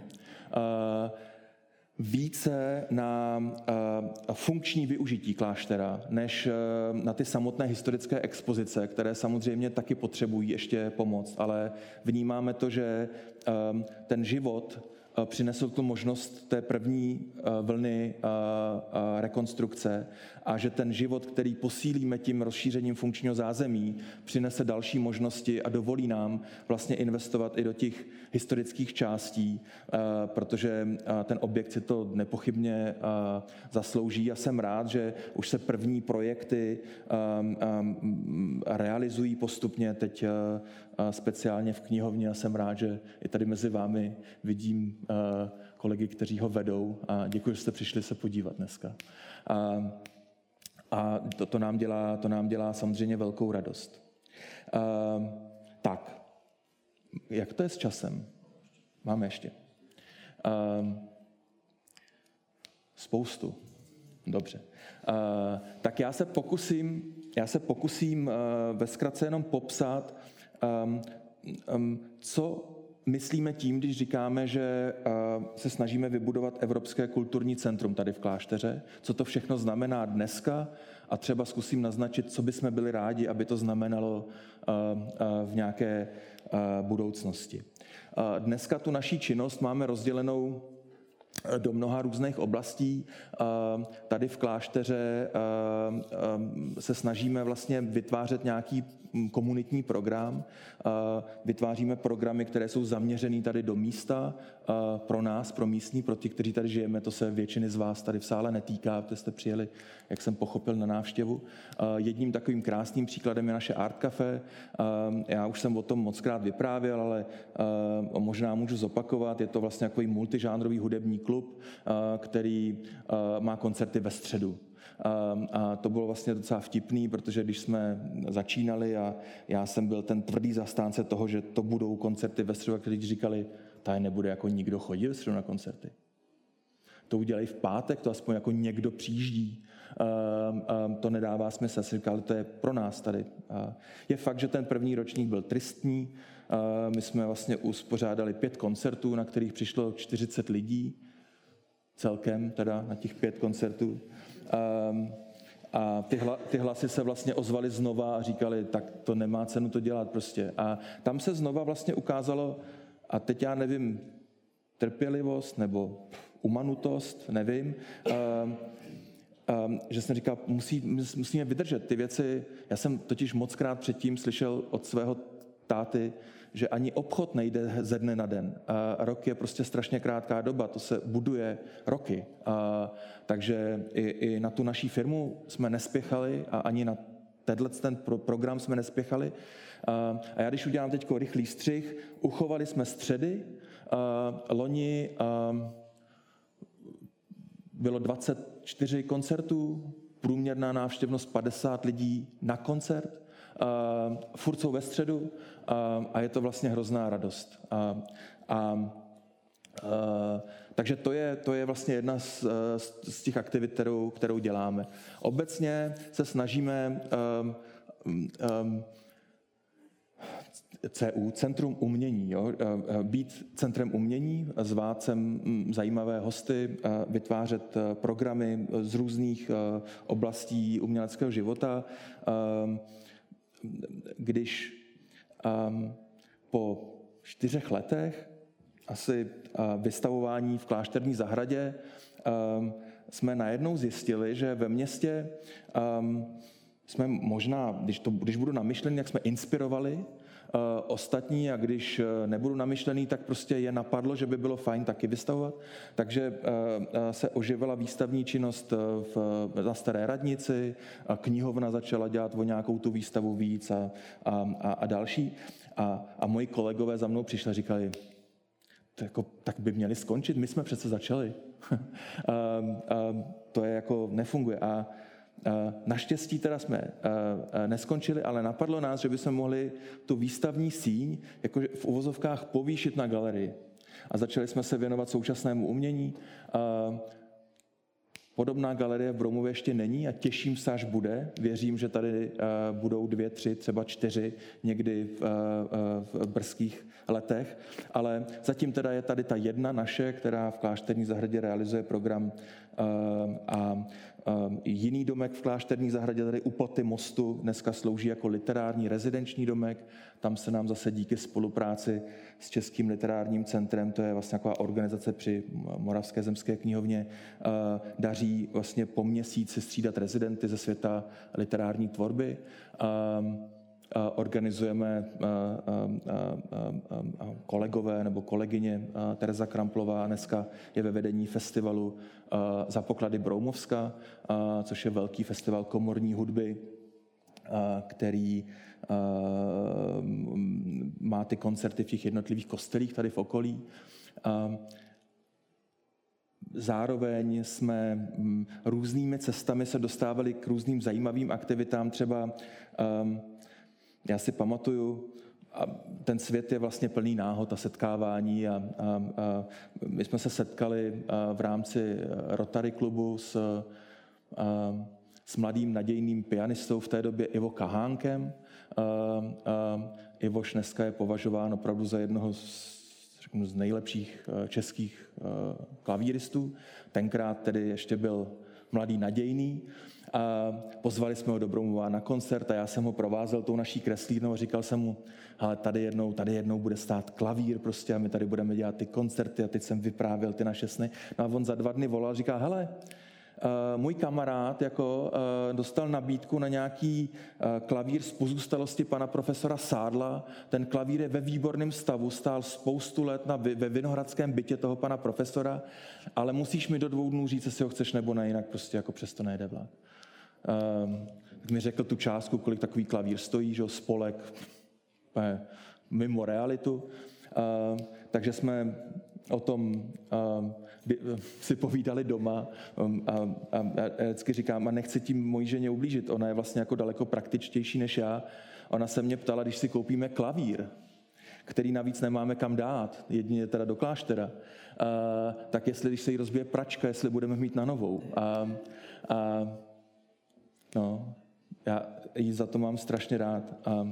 více na funkční využití kláštera, než na ty samotné historické expozice, které samozřejmě taky potřebují ještě pomoc, ale vnímáme to, že ten život přinesl tu možnost té první vlny rekonstrukce a že ten život, který posílíme tím rozšířením funkčního zázemí, přinese další možnosti a dovolí nám vlastně investovat i do těch historických částí, protože ten objekt si to nepochybně zaslouží. A jsem rád, že už se první projekty realizují postupně teď speciálně v knihovně a jsem rád, že i tady mezi vámi vidím kolegy, kteří ho vedou a děkuji, že jste přišli se podívat dneska. A, a to, to, nám dělá, to nám dělá samozřejmě velkou radost. A, tak, jak to je s časem? Máme ještě. A, spoustu. Dobře. A, tak já se pokusím, já se pokusím ve zkratce jenom popsat, um, um, co myslíme tím, když říkáme, že se snažíme vybudovat Evropské kulturní centrum tady v klášteře, co to všechno znamená dneska a třeba zkusím naznačit, co bychom byli rádi, aby to znamenalo v nějaké budoucnosti. Dneska tu naší činnost máme rozdělenou do mnoha různých oblastí. Tady v klášteře se snažíme vlastně vytvářet nějaký komunitní program. Vytváříme programy, které jsou zaměřené tady do místa pro nás, pro místní, pro ty, kteří tady žijeme. To se většiny z vás tady v sále netýká, protože jste přijeli, jak jsem pochopil, na návštěvu. Jedním takovým krásným příkladem je naše Art Café. Já už jsem o tom mockrát vyprávěl, ale možná můžu zopakovat. Je to vlastně takový multižánrový hudební klub, který má koncerty ve středu. A to bylo vlastně docela vtipný, protože když jsme začínali a já jsem byl ten tvrdý zastánce toho, že to budou koncerty ve středu, a kteří říkali, tady nebude jako nikdo chodit ve středu na koncerty. To udělají v pátek, to aspoň jako někdo přijíždí. To nedává smysl. Já si říkal, to je pro nás tady. Je fakt, že ten první ročník byl tristní. My jsme vlastně uspořádali pět koncertů, na kterých přišlo čtyřicet lidí. Celkem teda na těch pět koncertů. Um, a ty, hla, ty hlasy se vlastně ozvaly znova a říkali, tak to nemá cenu to dělat prostě. A tam se znova vlastně ukázalo, a teď já nevím, trpělivost nebo umanutost, nevím, um, um, že jsem říkal, musí, musíme vydržet ty věci. Já jsem totiž mockrát předtím slyšel od svého táty, že ani obchod nejde ze dne na den. A rok je prostě strašně krátká doba, to se buduje roky. A takže i, i na tu naší firmu jsme nespěchali a ani na tenhle ten pro, program jsme nespěchali. A, a já když udělám teď rychlý střih, uchovali jsme středy. A, loni a, bylo dvacet čtyři koncertů, průměrná návštěvnost padesát lidí na koncert. Uh, furt jsou ve středu uh, a je to vlastně hrozná radost. Uh, a, uh, takže to je, to je vlastně jedna z, z těch aktivit, kterou, kterou děláme. Obecně se snažíme um, um, C U, Centrum umění. Jo? Být centrem umění, zvát sem zajímavé hosty, vytvářet programy z různých oblastí uměleckého života. Když po čtyřech letech asi vystavování v klášterní zahradě jsme najednou zjistili, že ve městě jsme možná, když, to, když budu namyšlený, jak jsme inspirovali uh, ostatní, a když nebudu namyšlený, tak prostě je napadlo, že by bylo fajn taky vystavovat. Takže uh, se oživila výstavní činnost v, na Staré radnici, a knihovna začala dělat o nějakou tu výstavu víc a, a, a, a další. A, a moji kolegové za mnou přišli a říkali, to jako, tak by měli skončit, my jsme přece začali. a, a, to je jako nefunguje. A naštěstí teda jsme neskončili, ale napadlo nás, že bychom mohli tu výstavní síň jako v uvozovkách povýšit na galerii. A začali jsme se věnovat současnému umění. Podobná galerie v Broumově ještě není a těším se, až bude. Věřím, že tady budou dvě, tři, třeba čtyři někdy v, v brzkých letech. Ale zatím teda je tady ta jedna naše, která v Klášterní zahradě realizuje program, a jiný domek v Klášterní zahradě tady u Poty mostu dneska slouží jako literární rezidenční domek. Tam se nám zase díky spolupráci s Českým literárním centrem, to je vlastně taková organizace při Moravské zemské knihovně, daří vlastně po měsíci střídat rezidenty ze světa literární tvorby. Organizujeme kolegové nebo kolegyně, Tereza Kramplová dneska je ve vedení festivalu Za poklady Broumovska, což je velký festival komorní hudby, který má ty koncerty v těch jednotlivých kostelích tady v okolí. Zároveň jsme různými cestami se dostávali k různým zajímavým aktivitám, třeba já si pamatuju, a ten svět je vlastně plný náhod a setkávání a, a, a my jsme se setkali v rámci Rotary klubu s, a, s mladým nadějným pianistou v té době Ivo Kahánkem. A, a Ivoš dneska je považován opravdu za jednoho z, řeknu, z nejlepších českých klavíristů. Tenkrát tedy ještě byl mladý nadějný. A pozvali jsme ho do Broumova na koncert a já jsem ho provázel tou naší kreslírnou a říkal jsem mu, ale tady jednou, tady jednou bude stát klavír prostě a my tady budeme dělat ty koncerty a teď jsem vyprávěl ty naše sny. No a on za dva dny volal a říká, hele, Uh, můj kamarád jako uh, dostal nabídku na nějaký uh, klavír z pozůstalosti pana profesora Sádla. Ten klavír je ve výborném stavu, stál spoustu let na, ve vinohradském bytě toho pana profesora, ale musíš mi do dvou dnů říct, jestli ho chceš nebo ne, jinak prostě jako přesto nejde vlak. Uh, tak mi řekl tu částku, kolik takový klavír stojí, že spolek eh, mimo realitu. Uh, takže jsme o tom uh, si povídali doma um, a, a, a vždycky říkám, a nechci tím mojí ženě ublížit, ona je vlastně jako daleko praktičtější než já. Ona se mě ptala, když si koupíme klavír, který navíc nemáme kam dát, jedině teda do kláštera, uh, tak jestli, když se jí rozbije pračka, jestli budeme mít na novou. A, a no, já jí za to mám strašně rád. A,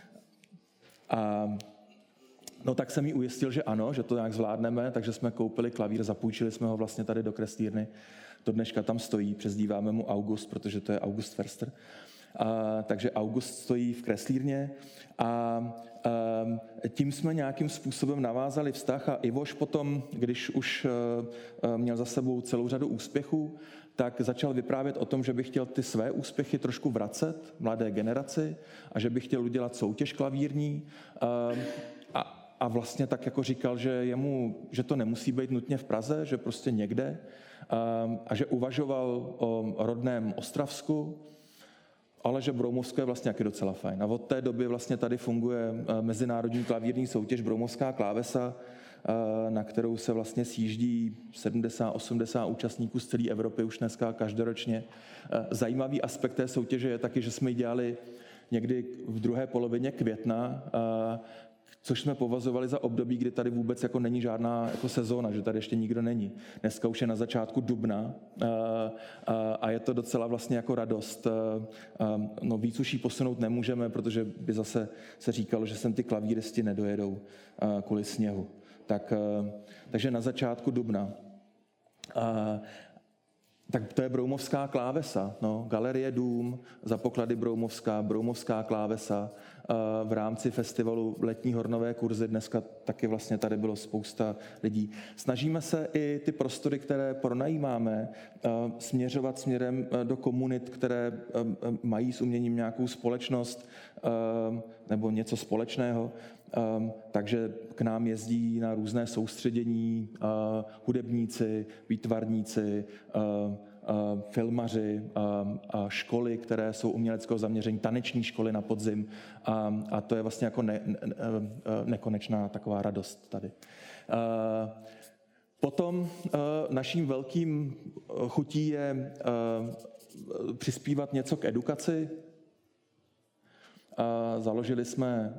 a No tak jsem jí ujistil, že ano, že to nějak zvládneme, takže jsme koupili klavír, zapůjčili jsme ho vlastně tady do kreslírny. Do dneška tam stojí, přezdíváme mu August, protože to je August Förster. A, takže August stojí v kreslírně a, a tím jsme nějakým způsobem navázali vztah a Ivoš potom, když už a, měl za sebou celou řadu úspěchů, tak začal vyprávět o tom, že by chtěl ty své úspěchy trošku vracet mladé generaci a že by chtěl udělat soutěž klavírní. A, a A vlastně tak jako říkal, že, jemu, že to nemusí být nutně v Praze, že prostě někde a, a že uvažoval o rodném Ostravsku, ale že Broumovsko je vlastně taky docela fajn. A od té doby vlastně tady funguje mezinárodní klavírní soutěž Broumovská klávesa, na kterou se vlastně sjíždí sedmdesát osmdesát účastníků z celé Evropy už dneska každoročně. Zajímavý aspekt té soutěže je taky, že jsme ji dělali někdy v druhé polovině května, což jsme považovali za období, kdy tady vůbec jako není žádná jako sezóna, že tady ještě nikdo není. Dneska už je na začátku dubna a, a, a je to docela vlastně jako radost. A, a, no víc už jí posunout nemůžeme, protože by zase se říkalo, že sem ty klavíristi nedojedou a, kvůli sněhu. Tak, a, takže na začátku dubna. A, tak to je Broumovská klávesa, no, Galerie Dům, za poklady Broumovská, Broumovská klávesa. V rámci festivalu Letní hornové kurzy dneska taky vlastně tady bylo spousta lidí. Snažíme se i ty prostory, které pronajímáme, směřovat směrem do komunit, které mají s uměním nějakou společnost nebo něco společného. Takže k nám jezdí na různé soustředění hudebníci, výtvarníci, filmaři a školy, které jsou uměleckého zaměření, taneční školy na podzim a, a to je vlastně jako ne, ne, nekonečná taková radost tady. Potom naším velkým chutí je přispívat něco k edukaci. Založili jsme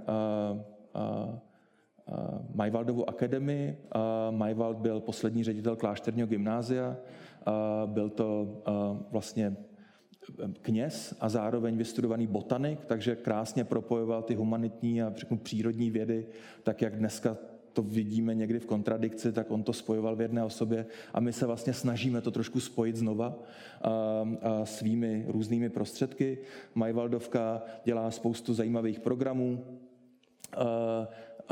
Majvaldovu akademii. Majvald byl poslední ředitel klášterního gymnázia. Byl to vlastně kněz a zároveň vystudovaný botanik, takže krásně propojoval ty humanitní a řeknu přírodní vědy, tak jak dneska to vidíme někdy v kontradikci, tak on to spojoval v jedné osobě a my se vlastně snažíme to trošku spojit znova a, a svými různými prostředky. Majvaldovka dělá spoustu zajímavých programů, a,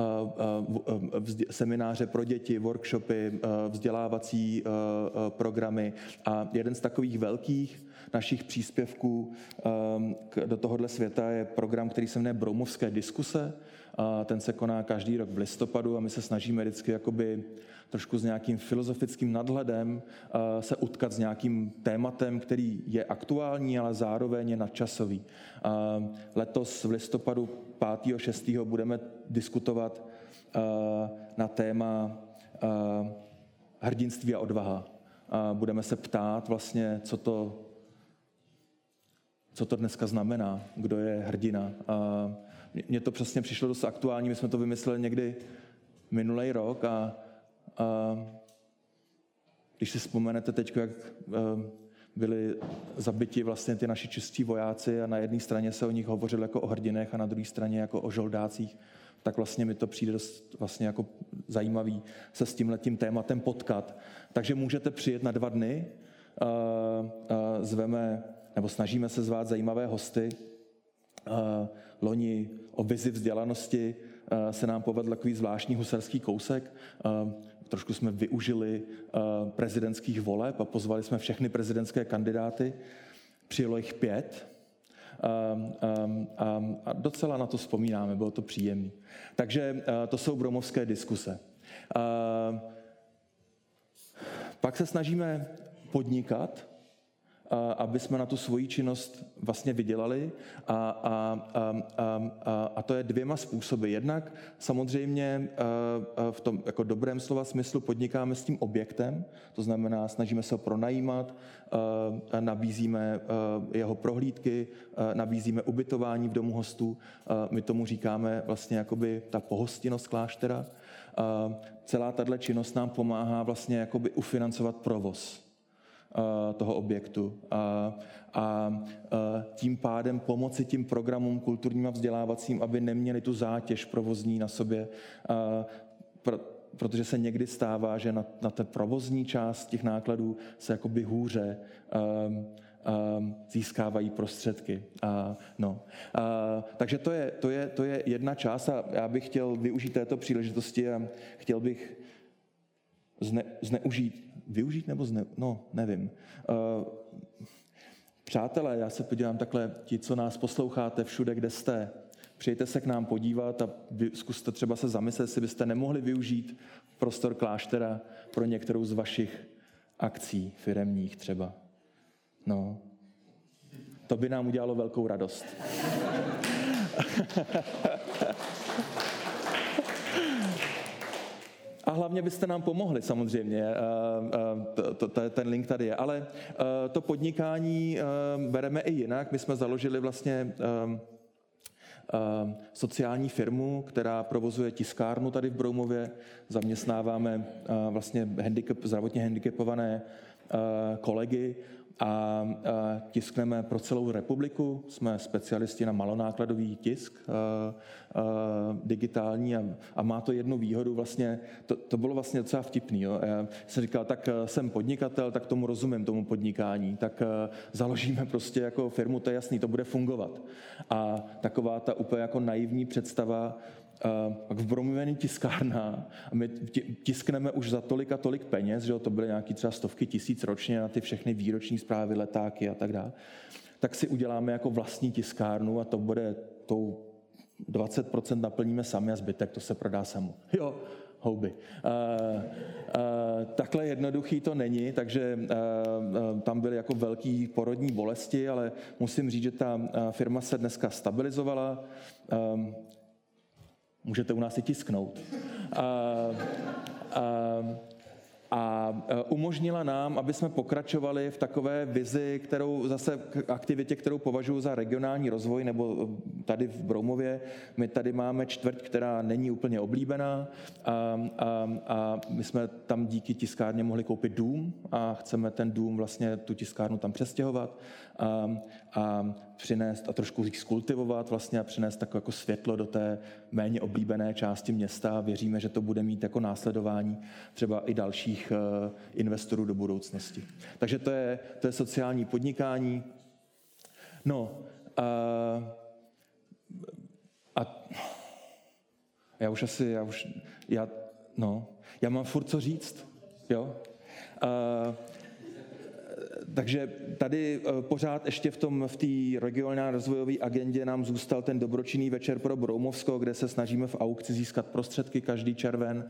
semináře pro děti, workshopy, vzdělávací programy a jeden z takových velkých našich příspěvků do tohohle světa je program, který se jmenuje Broumovské diskuse. Ten se koná každý rok v listopadu a my se snažíme vždycky jakoby trošku s nějakým filozofickým nadhledem se utkat s nějakým tématem, který je aktuální, ale zároveň je nadčasový. Letos v listopadu pátého šestého budeme diskutovat na téma hrdinství a odvaha. Budeme se ptát vlastně, co to, co to dneska znamená, kdo je hrdina. Mně to přesně přišlo dost aktuální, my jsme to vymysleli někdy minulý rok a, a když si vzpomenete teď, jak byli zabiti vlastně ty naši čistí vojáci a na jedné straně se o nich hovořilo jako o hrdinech a na druhé straně jako o žoldácích, tak vlastně mi to přijde dost vlastně jako zajímavý se s tímhletím tématem potkat. Takže můžete přijet na dva dny, a, a zveme, nebo snažíme se zvát zajímavé hosty. A loni o vizi vzdělanosti se nám povedl takový zvláštní husarský kousek. Trošku jsme využili prezidentských voleb a pozvali jsme všechny prezidentské kandidáty. Přijelo jich pět a docela na to vzpomínáme, bylo to příjemné. Takže to jsou Broumovské diskuse. Pak se snažíme podnikat, aby jsme na tu svoji činnost vlastně vydělali a, a, a, a, a to je dvěma způsoby. Jednak samozřejmě v tom jako dobrém slova smyslu podnikáme s tím objektem, to znamená snažíme se ho pronajímat, nabízíme jeho prohlídky, nabízíme ubytování v domu hostů, my tomu říkáme vlastně jakoby ta pohostinnost kláštera. Celá tato činnost nám pomáhá vlastně jakoby ufinancovat provoz toho objektu a, a tím pádem pomoci tím programům kulturním a vzdělávacím, aby neměli tu zátěž provozní na sobě, a, pro, protože se někdy stává, že na, na té provozní část těch nákladů se jakoby hůře a, a získávají prostředky. A, no. a, takže to je, to, je, to je jedna část a já bych chtěl využít této příležitosti a chtěl bych zne, zneužít Využít nebo zne... No, nevím. Uh, přátelé, já se podívám takhle, ti, co nás posloucháte všude, kde jste, přijďte se k nám podívat a vy, zkuste třeba se zamyslet, jestli byste nemohli využít prostor kláštera pro některou z vašich akcí firemních třeba. No, to by nám udělalo velkou radost. A hlavně byste nám pomohli samozřejmě, ten link tady je. Ale to podnikání bereme i jinak. My jsme založili vlastně sociální firmu, která provozuje tiskárnu tady v Broumově. Zaměstnáváme vlastně handicap, zdravotně handicapované kolegy a tiskneme pro celou republiku. Jsme specialisti na malonákladový tisk digitální a, a má to jednu výhodu vlastně, to, to bylo vlastně docela vtipný. Jo. Já jsem říkal, tak jsem podnikatel, tak tomu rozumím, tomu podnikání, tak založíme prostě jako firmu, to je jasný, to bude fungovat. A taková ta úplně jako naivní představa, pak v Broumově není tiskárna a my tiskneme už za tolik a tolik peněz, že to byly nějaký třeba stovky tisíc ročně na ty všechny výroční zprávy, letáky a tak dále, tak si uděláme jako vlastní tiskárnu a to bude tou dvacet procent naplníme sami a zbytek to se prodá samo. Jo, houby. Uh, uh, takhle jednoduchý to není, takže uh, tam byly jako velký porodní bolesti, ale musím říct, že ta firma se dneska stabilizovala. Um, Můžete u nás i tisknout. A, a, a umožnila nám, aby jsme pokračovali v takové vizi, kterou zase aktivitě, kterou považuji za regionální rozvoj, nebo tady v Broumově. My tady máme čtvrť, která není úplně oblíbená a, a, a my jsme tam díky tiskárně mohli koupit dům a chceme ten dům, vlastně tu tiskárnu tam přestěhovat a, a přinést a trošku jich skultivovat vlastně a přinést takové jako světlo do té méně oblíbené části města. Věříme, že to bude mít jako následování třeba i dalších investorů do budoucnosti. Takže to je, to je sociální podnikání. No a, a já už asi, já už, já, no, já mám furt co říct, jo. A, takže tady pořád ještě v tom v té regionální rozvojové agendě nám zůstal ten dobročinný večer pro Broumovsko, kde se snažíme v aukci získat prostředky každý červen.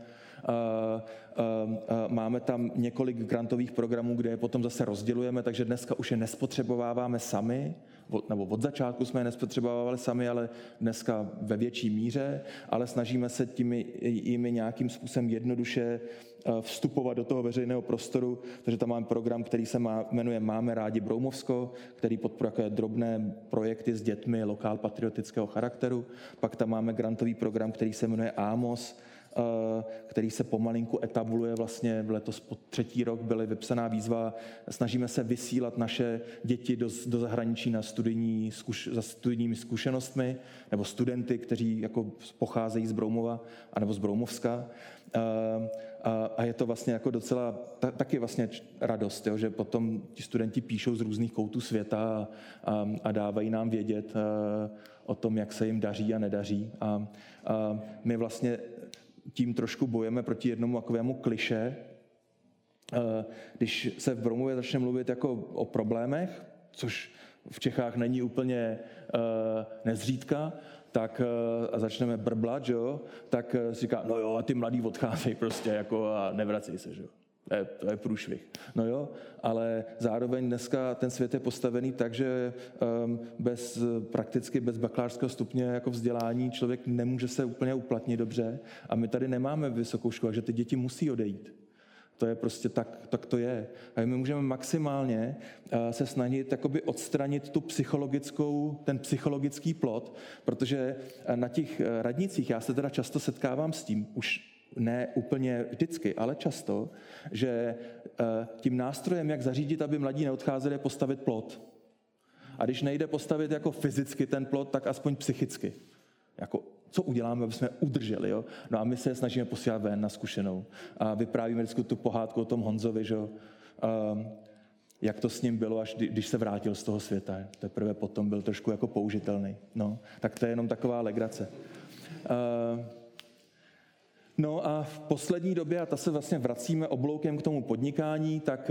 Máme tam několik grantových programů, kde je potom zase rozdělujeme, takže dneska už je nespotřebováváme sami, nebo od začátku jsme je nespotřebovávali sami, ale dneska ve větší míře, ale snažíme se tím jimi nějakým způsobem jednoduše vstupovat do toho veřejného prostoru, takže tam máme program, který se má, jmenuje Máme rádi Broumovsko, který podporuje drobné projekty s dětmi lokál patriotického charakteru. Pak tam máme grantový program, který se jmenuje Ámos, který se pomalinku etabluje vlastně letos po třetí rok byly vypsaná výzva. Snažíme se vysílat naše děti do, do zahraničí na studijní, zkuš, za studijními zkušenostmi, nebo studenty, kteří jako pocházejí z Broumova, anebo z Broumovska. A je to vlastně jako docela taky vlastně radost, jo, že potom ti studenti píšou z různých koutů světa a, a dávají nám vědět o tom, jak se jim daří a nedaří. A, a my vlastně tím trošku bojujeme proti jednomu takovému kliše. Když se v Broumově začne mluvit jako o problémech, což v Čechách není úplně nezřídka, tak a začneme brblat, jo, tak si říká, no jo, a ty mladí odcházejí prostě jako a nevrací se, že jo. To je, to je průšvih. No jo, ale zároveň dneska ten svět je postavený tak, že um, bez, prakticky bez bakalářského stupně jako vzdělání člověk nemůže se úplně uplatnit dobře a my tady nemáme vysokou školu, že ty děti musí odejít. To je prostě tak, tak to je. A my můžeme maximálně uh, se snažit jakoby odstranit tu psychologickou, ten psychologický plot, protože na těch radnicích já se teda často setkávám s tím, už ne úplně vždycky, ale často, že tím nástrojem, jak zařídit, aby mladí neodcházeli, je postavit plot. A když nejde postavit jako fyzicky ten plot, tak aspoň psychicky. Jako, co uděláme, aby jsme udrželi, jo? No a my se snažíme posílat ven na zkušenou. A vyprávíme vždycky tu pohádku o tom Honzovi, že jo? Um, jak to s ním bylo, až když se vrátil z toho světa. Teprve potom byl trošku jako použitelný. No, tak to je jenom taková legrace. Uh, No a v poslední době, a ta se vlastně vracíme obloukem k tomu podnikání, tak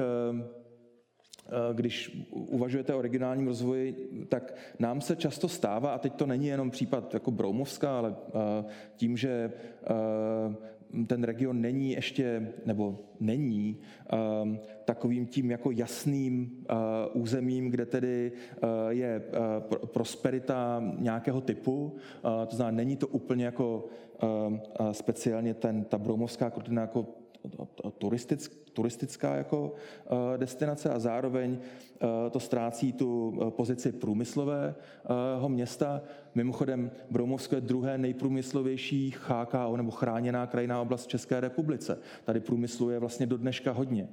když uvažujete o regionálním rozvoji, tak nám se často stává, a teď to není jenom případ jako Broumovska, ale tím, že ten region není ještě, nebo není um, takovým tím jako jasným uh, územím, kde tedy uh, je uh, prosperita nějakého typu. Uh, to znamená, není to úplně jako uh, uh, speciálně ten, ta broumovská krutina jako turistick, turistická jako destinace a zároveň to ztrácí tu pozici průmyslového města. Mimochodem Broumovsko je druhé nejprůmyslovější H K O nebo chráněná krajinná oblast v České republice. Tady průmyslu je vlastně do dneška hodně.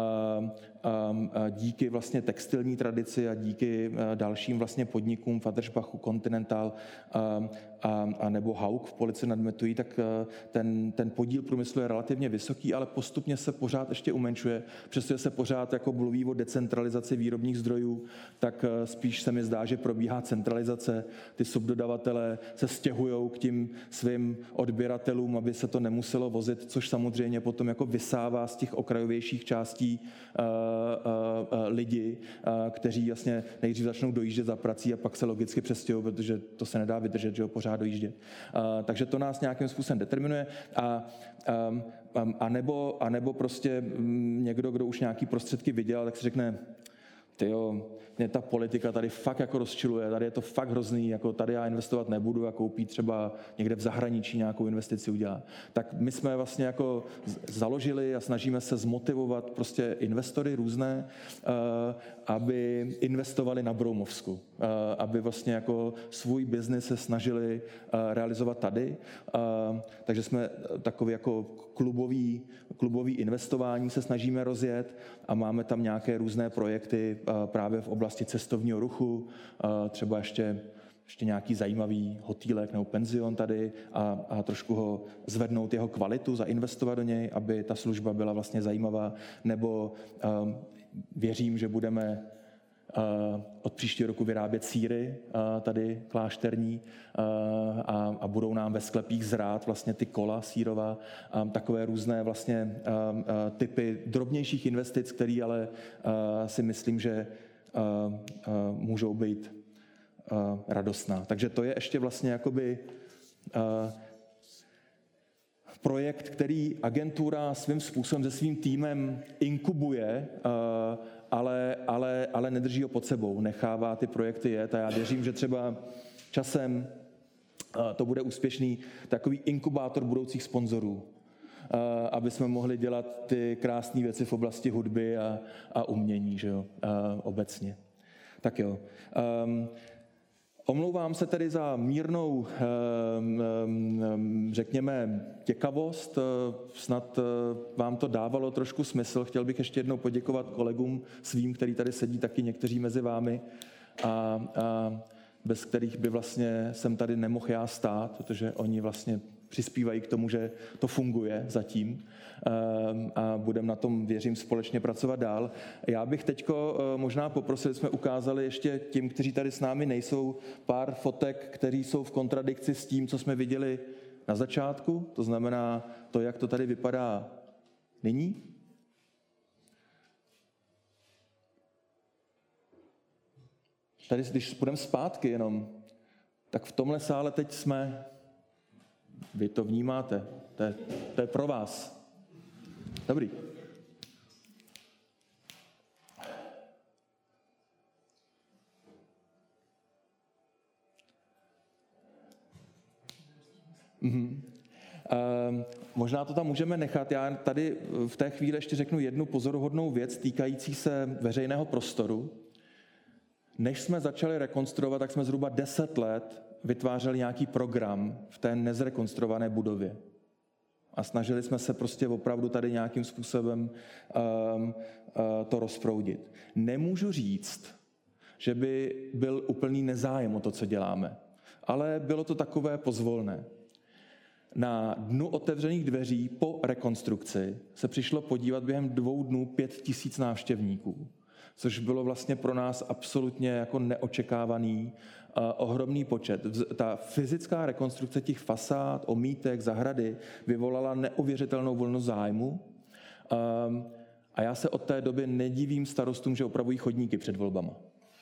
Díky vlastně textilní tradici a díky dalším vlastně podnikům Fadersbachu, Continental a, a nebo Hauk v Polici nad Metují, tak ten, ten podíl průmyslu je relativně vysoký, ale postupně se pořád ještě umenšuje. Přestože se pořád jako mluví o decentralizaci výrobních zdrojů, tak spíš se mi zdá, že probíhá centralizace. Ty subdodavatelé se stěhují k tím svým odběratelům, aby se to nemuselo vozit, což samozřejmě potom jako vysává z těch okrajovějších částí uh, uh, uh, lidi, uh, kteří jasně nejdřív začnou dojíždět za prací a pak se logicky přestěhují, protože to se nedá vydržet, že jo, pořád dojíždět. Uh, takže to nás nějakým způsobem determinuje a um, um, a nebo, a nebo prostě um, někdo, kdo už nějaký prostředky viděl, tak si řekne, tyjo, mě ta politika tady fakt jako rozčiluje, tady je to fakt hrozný, jako tady já investovat nebudu a koupí třeba někde v zahraničí nějakou investici udělat. Tak my jsme vlastně jako založili a snažíme se zmotivovat prostě investory různé, aby investovali na Broumovsku, aby vlastně jako svůj biznis se snažili realizovat tady. Takže jsme takový jako klubový, klubový investování se snažíme rozjet a máme tam nějaké různé projekty právě v oblasti cestovního ruchu, třeba ještě, ještě nějaký zajímavý hotýlek nebo penzion tady a, a trošku ho zvednout jeho kvalitu, zainvestovat do něj, aby ta služba byla vlastně zajímavá, nebo um, věřím, že budeme Uh, od příštího roku vyrábět sýry uh, tady klášterní uh, a, a budou nám ve sklepích zrát vlastně ty kola sýrová, um, takové různé vlastně uh, uh, typy drobnějších investic, které ale uh, si myslím, že uh, uh, můžou být uh, radostná. Takže to je ještě vlastně jakoby uh, projekt, který agentura svým způsobem se svým týmem inkubuje, uh, ale, ale, ale nedrží ho pod sebou, nechává ty projekty jet a já věřím, že třeba časem to bude úspěšný takový inkubátor budoucích sponzorů, aby jsme mohli dělat ty krásné věci v oblasti hudby a, a umění, že jo, obecně. Tak jo. Um, Omlouvám se tedy za mírnou, řekněme, těkavost. Snad vám to dávalo trošku smysl. Chtěl bych ještě jednou poděkovat kolegům svým, kteří tady sedí, taky někteří mezi vámi, a, a bez kterých by vlastně jsem tady nemohl já stát, protože oni vlastně přispívají k tomu, že to funguje zatím a budeme na tom, věřím, společně pracovat dál. Já bych teďko možná poprosil, jsme ukázali ještě tím, kteří tady s námi nejsou, pár fotek, které jsou v kontradikci s tím, co jsme viděli na začátku, to znamená to, jak to tady vypadá nyní. Tady, když půjdeme zpátky jenom, tak v tomhle sále teď jsme. Vy to vnímáte, to je, to je pro vás. Dobrý. Mhm. Um, možná to tam můžeme nechat. Já tady v té chvíli ještě řeknu jednu pozoruhodnou věc týkající se veřejného prostoru. Než jsme začali rekonstruovat, tak jsme zhruba deset let vytvářeli nějaký program v té nezrekonstruované budově. A snažili jsme se prostě opravdu tady nějakým způsobem um, uh, to rozproudit. Nemůžu říct, že by byl úplný nezájem o to, co děláme, ale bylo to takové pozvolné. Na dnu otevřených dveří po rekonstrukci se přišlo podívat během dvou dnů pět tisíc návštěvníků, což bylo vlastně pro nás absolutně jako neočekávaný uh, ohromný počet. Ta fyzická rekonstrukce těch fasád, omítek, zahrady vyvolala neuvěřitelnou vlnu zájmu um, a já se od té doby nedivím starostům, že opravují chodníky před volbama.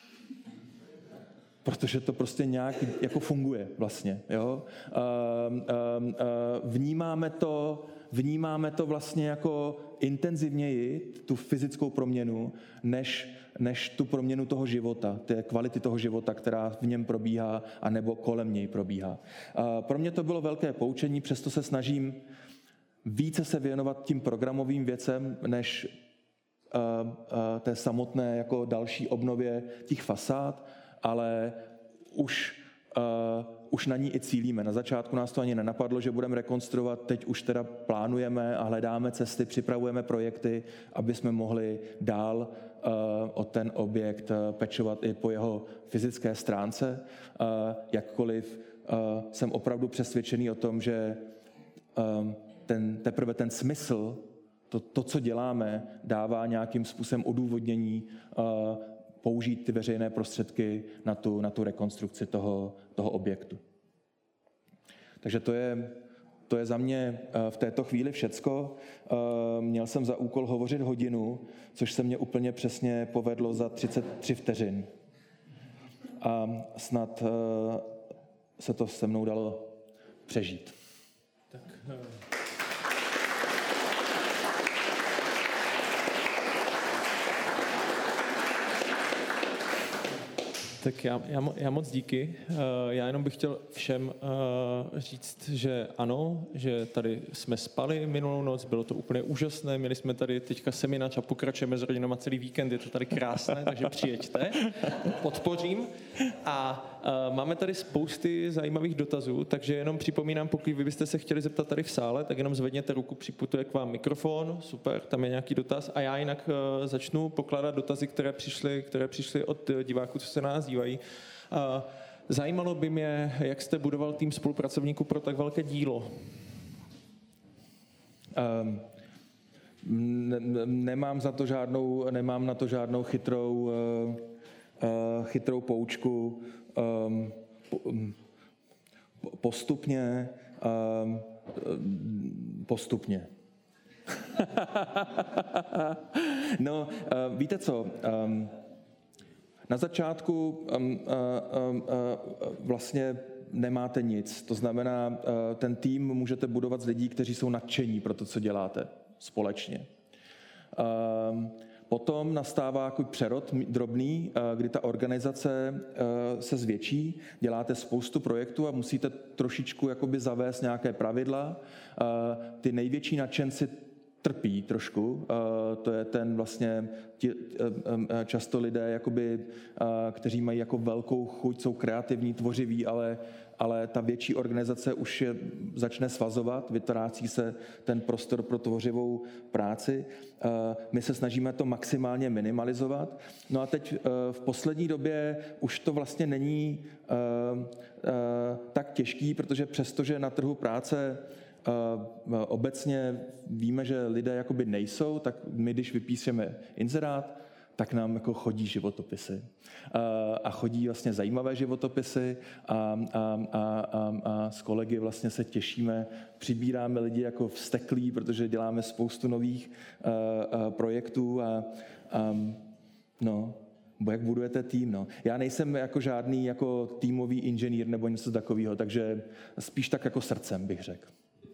Protože to prostě nějak jako funguje vlastně. Jo? Um, um, uh, vnímáme to, vnímáme to vlastně jako intenzivněji, tu fyzickou proměnu, než, než tu proměnu toho života, té kvality toho života, která v něm probíhá, anebo kolem něj probíhá. Uh, pro mě to bylo velké poučení, přesto se snažím více se věnovat tím programovým věcem, než uh, uh, té samotné jako další obnově těch fasád, ale už, uh, už na ní i cílíme. Na začátku nás to ani nenapadlo, že budeme rekonstruovat, teď už teda plánujeme a hledáme cesty, připravujeme projekty, aby jsme mohli dál uh, o ten objekt uh, pečovat i po jeho fyzické stránce. Uh, jakkoliv uh, jsem opravdu přesvědčený o tom, že um, ten, teprve ten smysl, to, to, co děláme, dává nějakým způsobem odůvodnění uh, použít ty veřejné prostředky na tu, na tu rekonstrukci toho, toho objektu. Takže to je, to je za mě v této chvíli všecko. Měl jsem za úkol hovořit hodinu, což se mně úplně přesně povedlo za třicet tři vteřin. A snad se to se mnou dalo přežít. Tak, Tak já, já, já moc díky. Já jenom bych chtěl všem říct, že ano, že tady jsme spali minulou noc, bylo to úplně úžasné, měli jsme tady teďka seminář a pokračujeme s rodinama celý víkend, je to tady krásné, takže přijeďte, podpořím. A máme tady spousty zajímavých dotazů, takže jenom připomínám, pokud vy byste se chtěli zeptat tady v sále, tak jenom zvedněte ruku, připutuje k vám mikrofon, super, tam je nějaký dotaz a já jinak začnu pokládat dotazy, které přišly, které přišly od diváků, co se na nás dívají. Zajímalo by mě, jak jste budoval tým spolupracovníků pro tak velké dílo? Um, ne, nemám za to žádnou, nemám na to žádnou chytrou, uh, uh, chytrou poučku. Um, po, um, postupně, um, postupně. No, uh, víte co? Um, Na začátku um, uh, um, uh, vlastně nemáte nic. To znamená, uh, ten tým můžete budovat z lidí, kteří jsou nadšení pro to, co děláte společně. Um, potom nastává jako přerod drobný, uh, kdy ta organizace uh, se zvětší, děláte spoustu projektů a musíte trošičku jakoby zavést nějaké pravidla. Uh, ty největší nadšenci trpí trošku, to je ten vlastně ti, často lidé, jakoby, kteří mají jako velkou chuť, jsou kreativní, tvořiví, ale, ale ta větší organizace už je začne svazovat, vytrácí se ten prostor pro tvořivou práci. My se snažíme to maximálně minimalizovat. No a teď v poslední době už to vlastně není tak těžký, protože přestože na trhu práce obecně víme, že lidé jakoby nejsou, tak my, když vypíšeme inzerát, tak nám jako chodí životopisy. A chodí vlastně zajímavé životopisy a, a, a, a, a s kolegy vlastně se těšíme, přibíráme lidi jako vzteklí, protože děláme spoustu nových a, a projektů a, a no, bo jak budujete tým, no. Já nejsem jako žádný jako týmový inženýr nebo něco takového, takže spíš tak jako srdcem bych řekl.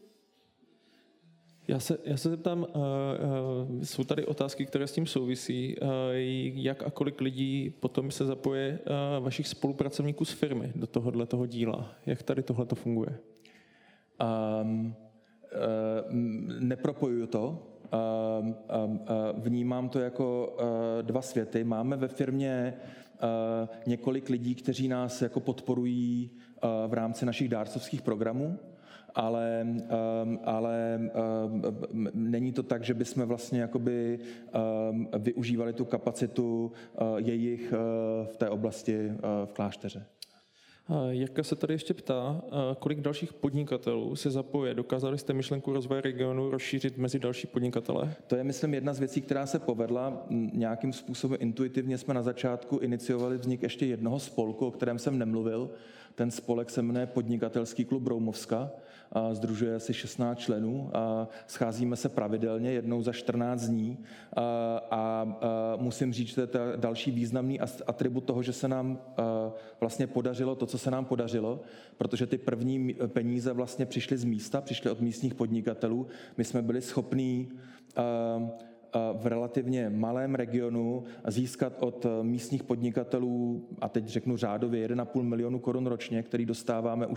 Já se, já se zeptám, uh, uh, jsou tady otázky, které s tím souvisí, uh, jak a kolik lidí potom se zapoje uh, vašich spolupracovníků z firmy do tohohle toho díla? Jak tady tohle to funguje? Um, uh, nepropojuju to. Uh, uh, uh, vnímám to jako uh, dva světy. Máme ve firmě uh, několik lidí, kteří nás jako podporují uh, v rámci našich dárcovských programů. Ale, um, ale um, není to tak, že bychom vlastně jakoby um, využívali tu kapacitu uh, jejich uh, v té oblasti uh, v klášteře. Jirka se tady ještě ptá, kolik dalších podnikatelů se zapoje. Dokázali jste myšlenku rozvoje regionu rozšířit mezi další podnikatele? To je, myslím, jedna z věcí, která se povedla. Nějakým způsobem intuitivně jsme na začátku iniciovali vznik ještě jednoho spolku, o kterém jsem nemluvil. Ten spolek se jmenuje Podnikatelský klub Broumovska. A sdružuje asi šestnáct členů a scházíme se pravidelně jednou za čtrnáct dní a, a, a musím říct, že to je další významný atribut toho, že se nám vlastně podařilo to, co se nám podařilo, protože ty první peníze vlastně přišly z místa, přišly od místních podnikatelů. My jsme byli schopní v relativně malém regionu získat od místních podnikatelů, a teď řeknu řádově jeden a půl milionu korun ročně, který dostáváme už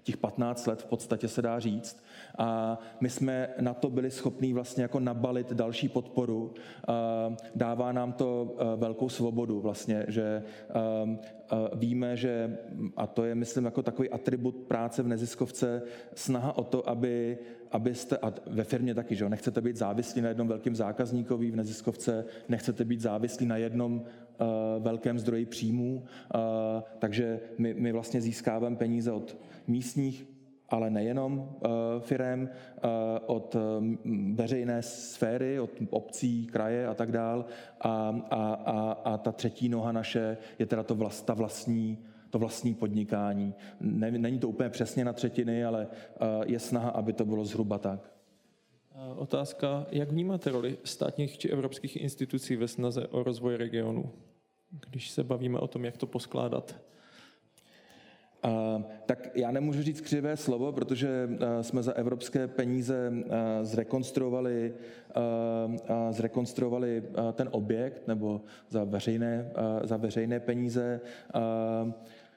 těch patnáct let v podstatě se dá říct. A my jsme na to byli schopní vlastně jako nabalit další podporu. Dává nám to velkou svobodu vlastně, že víme, že, a to je myslím jako takový atribut práce v neziskovce, snaha o to, aby, abyste, a ve firmě taky, že nechcete být závislí na jednom velkém zákazníkovi v neziskovce, nechcete být závislí na jednom uh, velkém zdroji příjmů, uh, takže my, my vlastně získáváme peníze od místních, ale nejenom uh, firem, uh, od um, veřejné sféry, od obcí, kraje a tak dál. A, a, a, a ta třetí noha naše je teda to vlast, ta vlastní, to vlastní podnikání. Ne, není to úplně přesně na třetiny, ale uh, je snaha, aby to bylo zhruba tak. Otázka, jak vnímáte roli státních či evropských institucí ve snaze o rozvoj regionu, když se bavíme o tom, jak to poskládat? Uh, tak já nemůžu říct křivé slovo, protože uh, jsme za evropské peníze uh, zrekonstruovali, uh, uh, zrekonstruovali uh, ten objekt, nebo za veřejné, uh, za veřejné peníze. Uh,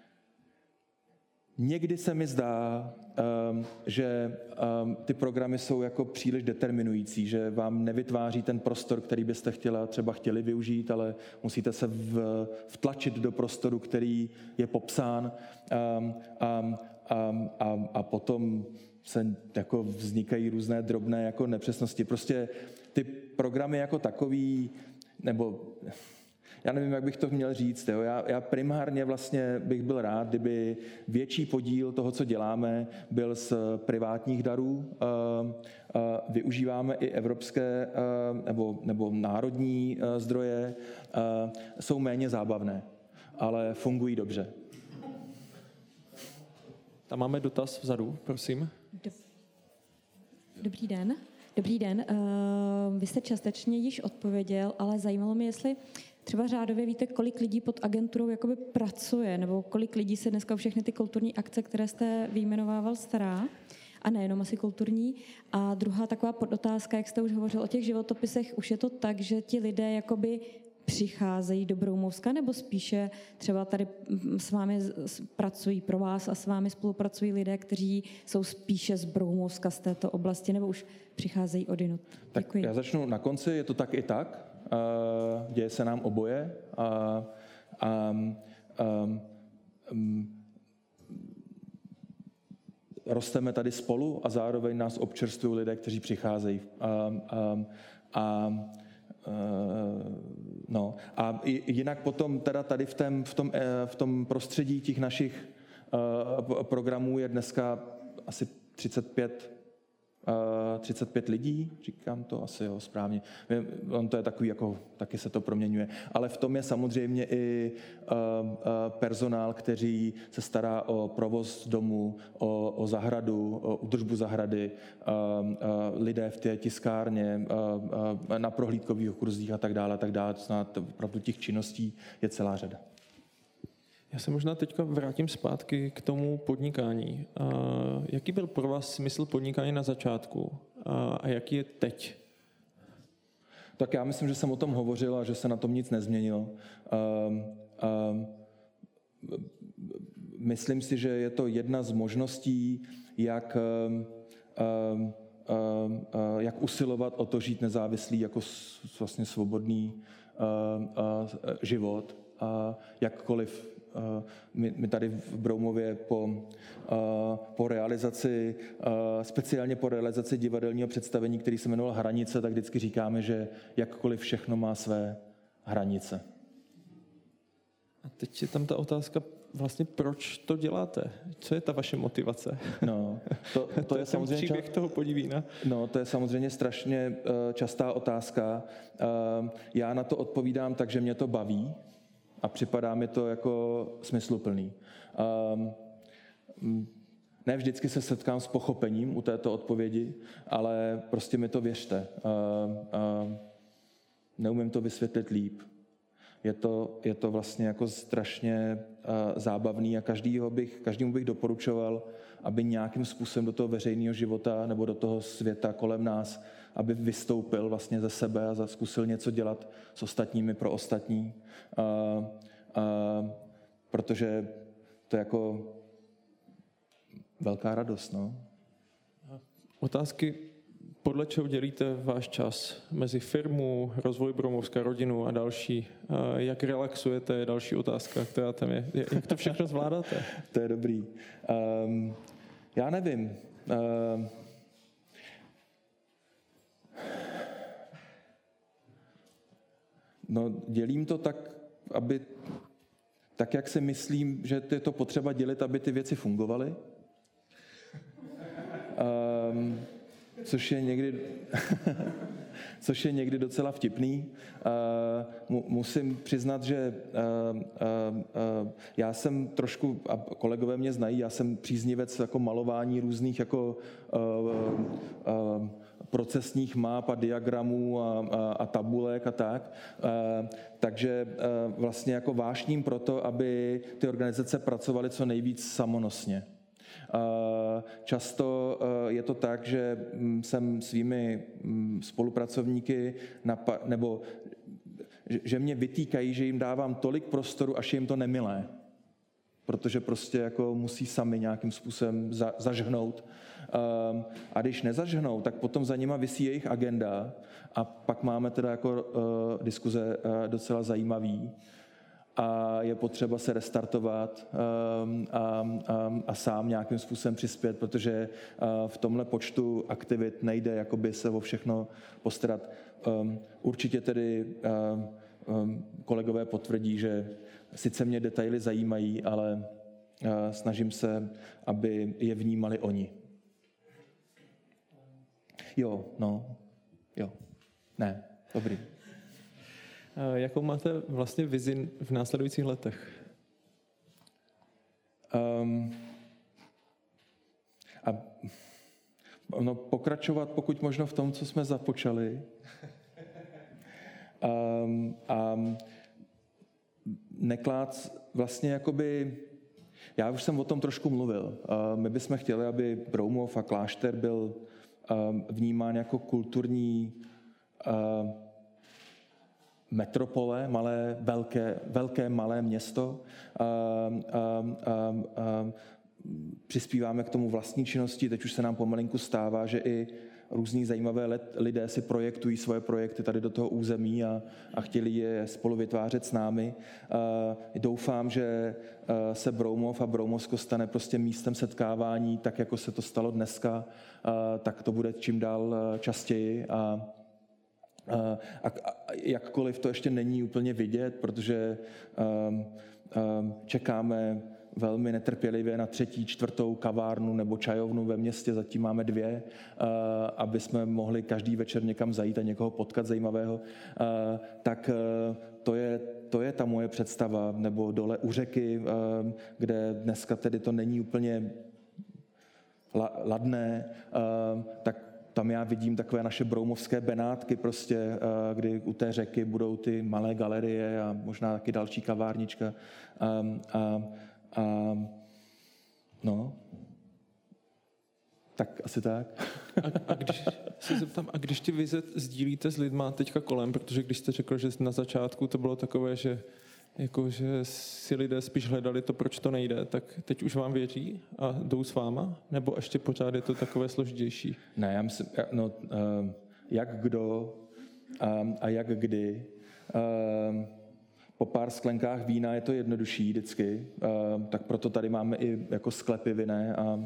Někdy se mi zdá, um, že um, ty programy jsou jako příliš determinující, že vám nevytváří ten prostor, který byste chtěla, třeba chtěli využít, ale musíte se v, vtlačit do prostoru, který je popsán um, um, um, a, a potom se jako vznikají různé drobné jako nepřesnosti. Prostě ty programy jako takový, nebo já nevím, jak bych to měl říct. Jo. Já, já primárně vlastně bych byl rád, kdyby větší podíl toho, co děláme, byl z privátních darů. Využíváme i evropské nebo, nebo národní zdroje. Jsou méně zábavné, ale fungují dobře. Tam máme dotaz vzadu, prosím. Dobrý den. Dobrý den. Vy jste částečně již odpověděl, ale zajímalo mě, jestli třeba řádově víte, kolik lidí pod agenturou jakoby pracuje, nebo kolik lidí se dneska všechny ty kulturní akce, které jste vyjmenovával, stará, a nejenom asi kulturní. A druhá taková podotázka, jak jste už hovořil o těch životopisech, už je to tak, že ti lidé jakoby přicházejí do Broumovska, nebo spíše třeba tady s vámi pracují pro vás a s vámi spolupracují lidé, kteří jsou spíše z Broumovska, z této oblasti, nebo už přicházejí odinut? Děkuji. Tak já začnu na konci, je to tak i tak. Uh, děje se nám oboje. Uh, um, um, um, rosteme tady spolu a zároveň nás občerstvují lidé, kteří přicházejí. Um, um, a uh, no. A jinak potom teda tady v, tém, v, tom, v tom prostředí těch našich uh, programů je dneska asi třicet pět třicet pět lidí, říkám to asi jo, správně. On to je takový, jako, taky se to proměňuje. Ale v tom je samozřejmě i uh, uh, personál, který se stará o provoz domu, o, o zahradu, o údržbu zahrady, uh, uh, lidé v té tiskárně, uh, uh, na prohlídkových kurzích a tak dále, a tak dále. Snad opravdu těch činností je celá řada. Já se možná teďka vrátím zpátky k tomu podnikání. A jaký byl pro vás smysl podnikání na začátku a, a jaký je teď? Tak já myslím, že jsem o tom hovořil a že se na tom nic nezměnilo. Um, um, myslím si, že je to jedna z možností, jak, um, um, um, jak usilovat o to žít nezávislý jako vlastně svobodný um, uh, život. A jakkoliv My, my tady v Broumově po, po realizaci, speciálně po realizaci divadelního představení, který se jmenoval Hranice, tak vždycky říkáme, že jakkoliv všechno má své hranice. A teď je tam ta otázka, vlastně proč to děláte? Co je ta vaše motivace? No, to, to, to je samozřejmě příběh ča- toho Podivína. No, to je samozřejmě strašně častá otázka. Já na to odpovídám tak, že mě to baví. A připadá mi to jako smysluplný. Um, ne vždycky se setkám s pochopením u této odpovědi, ale prostě mi to věřte. Um, um, neumím to vysvětlit líp. Je to, je to vlastně jako strašně uh, zábavný a každýho bych, každému bych doporučoval, aby nějakým způsobem do toho veřejného života nebo do toho světa kolem nás, aby vystoupil vlastně ze sebe a zkusil něco dělat s ostatními pro ostatní. Uh, uh, protože to jako velká radost. No. Otázky, podle čeho dělíte váš čas mezi firmu, rozvoj Broumovska, rodinu a další? Jak relaxujete, je další otázka, která tam je. Jak to všechno zvládáte? To je dobrý. Um, já nevím. Um, no, dělím to tak, aby, tak, jak si myslím, že je to potřeba dělit, aby ty věci fungovaly. Um, což je někdy, což je někdy docela vtipný. Uh, musím přiznat, že uh, uh, uh, já jsem trošku, a kolegové mě znají, já jsem příznivec jako malování různých jako uh, uh, procesních map a diagramů a, a, a tabulek a tak. Uh, takže uh, vlastně jako vášním proto, aby ty organizace pracovaly co nejvíc samonosně. Často je to tak, že jsem svými spolupracovníky napa- nebo že mě vytýkají, že jim dávám tolik prostoru, až je jim to nemilé. Protože prostě jako musí sami nějakým způsobem za- zažhnout. A když nezažhnou, tak potom za nima visí jejich agenda a pak máme teda jako diskuze docela zajímavý. A je potřeba se restartovat um, a, a, a sám nějakým způsobem přispět, protože uh, v tomhle počtu aktivit nejde jakoby se o všechno postarat. Um, určitě tedy uh, um, kolegové potvrdí, že sice mě detaily zajímají, ale uh, snažím se, aby je vnímali oni. Jo, no, jo, ne, dobrý. Jakou máte vlastně vizi v následujících letech? Um, a no, pokračovat pokud možno v tom, co jsme započali. Um, a neklát vlastně jakoby, já už jsem o tom trošku mluvil. Uh, my bychom chtěli, aby Broumov a klášter byl um, vnímán jako kulturní uh, metropole, malé, velké, velké, malé město. A, a, a, a přispíváme k tomu vlastní činnosti. Teď už se nám pomalinku stává, že i různí zajímavé lidé si projektují svoje projekty tady do toho území a, a chtěli je spolu vytvářet s námi. A doufám, že se Broumov a Broumovsko stane prostě místem setkávání, tak jako se to stalo dneska, a tak to bude čím dál častěji. A A, a jakkoliv to ještě není úplně vidět, protože um, um, čekáme velmi netrpělivě na třetí, čtvrtou kavárnu nebo čajovnu ve městě, zatím máme dvě, uh, aby jsme mohli každý večer někam zajít a někoho potkat zajímavého, uh, tak uh, to je, to je ta moje představa, nebo dole u řeky, uh, kde dneska tedy to není úplně la, ladné, uh, tak tam já vidím takové naše broumovské Benátky prostě, kdy u té řeky budou ty malé galerie a možná taky další kavárnička. A, a, a no, tak asi tak. A, a když se zeptám, a když ty vize sdílíte s lidma teďka kolem, protože když jste řekl, že na začátku to bylo takové, že jako, že si lidé spíš hledali to, proč to nejde, tak teď už vám věří a jdou s váma? Nebo ještě pořád je to takové složitější? Ne, já myslím, no, jak kdo a jak kdy. Po pár sklenkách vína je to jednodušší vždycky, tak proto tady máme i jako sklepy vinné a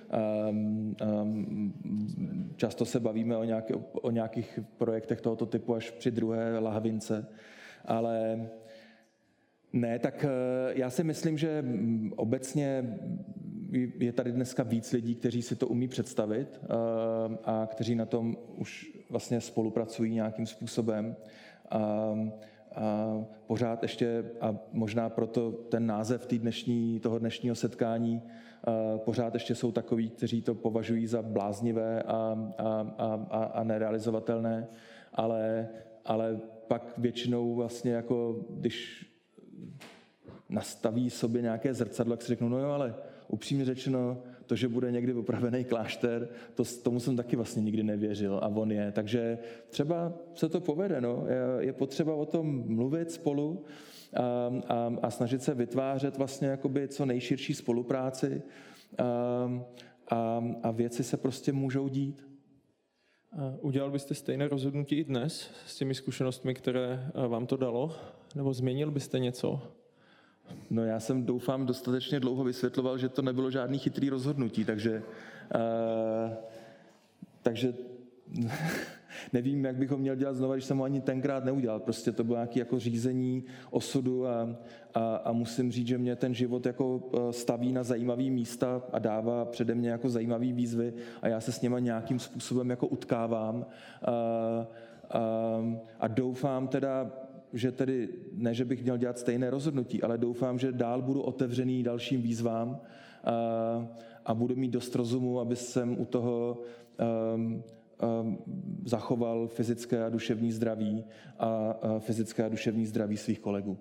často se bavíme o, nějaký, o nějakých projektech tohoto typu až při druhé lahvince, ale ne, tak já si myslím, že obecně je tady dneska víc lidí, kteří si to umí představit a kteří na tom už vlastně spolupracují nějakým způsobem. A, a pořád ještě, a možná proto ten název tý dnešní, toho dnešního setkání, pořád ještě jsou takoví, kteří to považují za bláznivé a, a, a, a nerealizovatelné, ale, ale pak většinou vlastně jako, když nastaví sobě nějaké zrcadlo, tak si řeknou, no jo, ale upřímně řečeno, to, že bude někdy opravený klášter, to, tomu jsem taky vlastně nikdy nevěřil a on je. Takže třeba se to povede, no. Je, je potřeba o tom mluvit spolu a, a, a snažit se vytvářet vlastně jakoby co nejširší spolupráci a, a, a věci se prostě můžou dít. Udělal byste stejné rozhodnutí i dnes s těmi zkušenostmi, které vám to dalo? Nebo změnil byste něco? No já jsem, doufám, dostatečně dlouho vysvětloval, že to nebylo žádný chytrý rozhodnutí, takže, uh, takže nevím, jak bych ho měl dělat znova, když jsem ho ani tenkrát neudělal. Prostě to bylo nějaké jako řízení osudu a, a, a musím říct, že mě ten život jako staví na zajímavý místa a dává přede mě jako zajímavý výzvy a já se s něma nějakým způsobem jako utkávám a, a, a doufám teda, že tedy, ne, že bych měl dělat stejné rozhodnutí, ale doufám, že dál budu otevřený dalším výzvám a, a budu mít dost rozumu, aby jsem u toho um, um, zachoval fyzické a duševní zdraví a, a fyzické a duševní zdraví svých kolegů.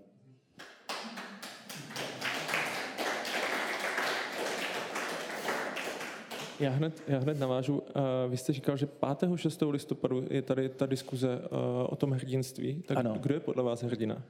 Já hned, já hned navážu. Vy jste říkal, že pátého šestého listopadu je tady ta diskuze o tom hrdinství. Tak ano. Kdo je podle vás hrdina?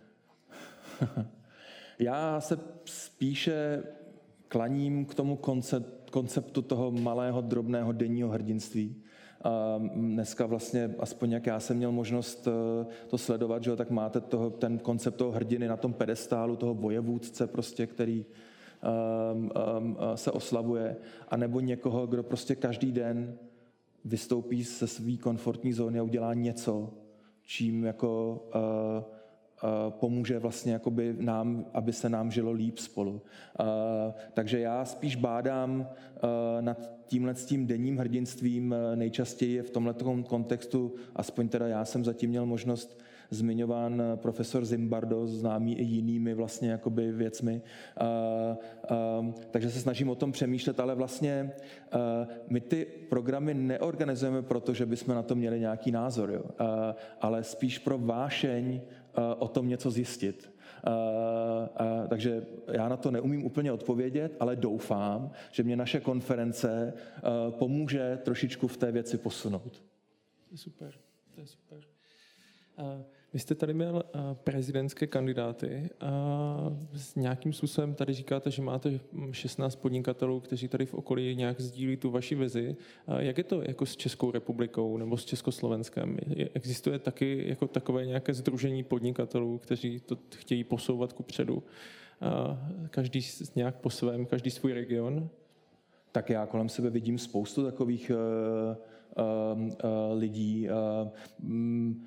Já se spíše klaním k tomu koncept, konceptu toho malého, drobného denního hrdinství. A dneska vlastně, aspoň jak já jsem měl možnost to sledovat, že, tak máte toho, ten koncept toho hrdiny na tom pedestálu, toho vojevůdce, prostě, který Um, um, se oslavuje, anebo někoho, kdo prostě každý den vystoupí ze své komfortní zóny a udělá něco, čím jako uh, uh, pomůže vlastně jakoby nám, aby se nám žilo líp spolu. Uh, takže já spíš bádám uh, nad tímhle s tím denním hrdinstvím. Nejčastěji je v tomhletom kontextu, aspoň teda já jsem zatím měl možnost zmiňován profesor Zimbardo, známý i jinými vlastně jakoby věcmi. A, a, takže se snažím o tom přemýšlet, ale vlastně a, my ty programy neorganizujeme proto, že bychom na to měli nějaký názor, jo? A, ale spíš pro vášeň a, o tom něco zjistit. A, a, takže já na to neumím úplně odpovědět, ale doufám, že mě naše konference a, pomůže trošičku v té věci posunout. To je super, to je super. Uh... Vy jste tady měl prezidentské kandidáty a s nějakým způsobem tady říkáte, že máte šestnáct podnikatelů, kteří tady v okolí nějak sdílí tu vaši vizi. Jak je to jako s Českou republikou nebo s Československem? Existuje taky jako takové nějaké sdružení podnikatelů, kteří to chtějí posouvat kupředu? Každý nějak po svém, každý svůj region? Tak já kolem sebe vidím spoustu takových uh, uh, uh, lidí. Uh, um,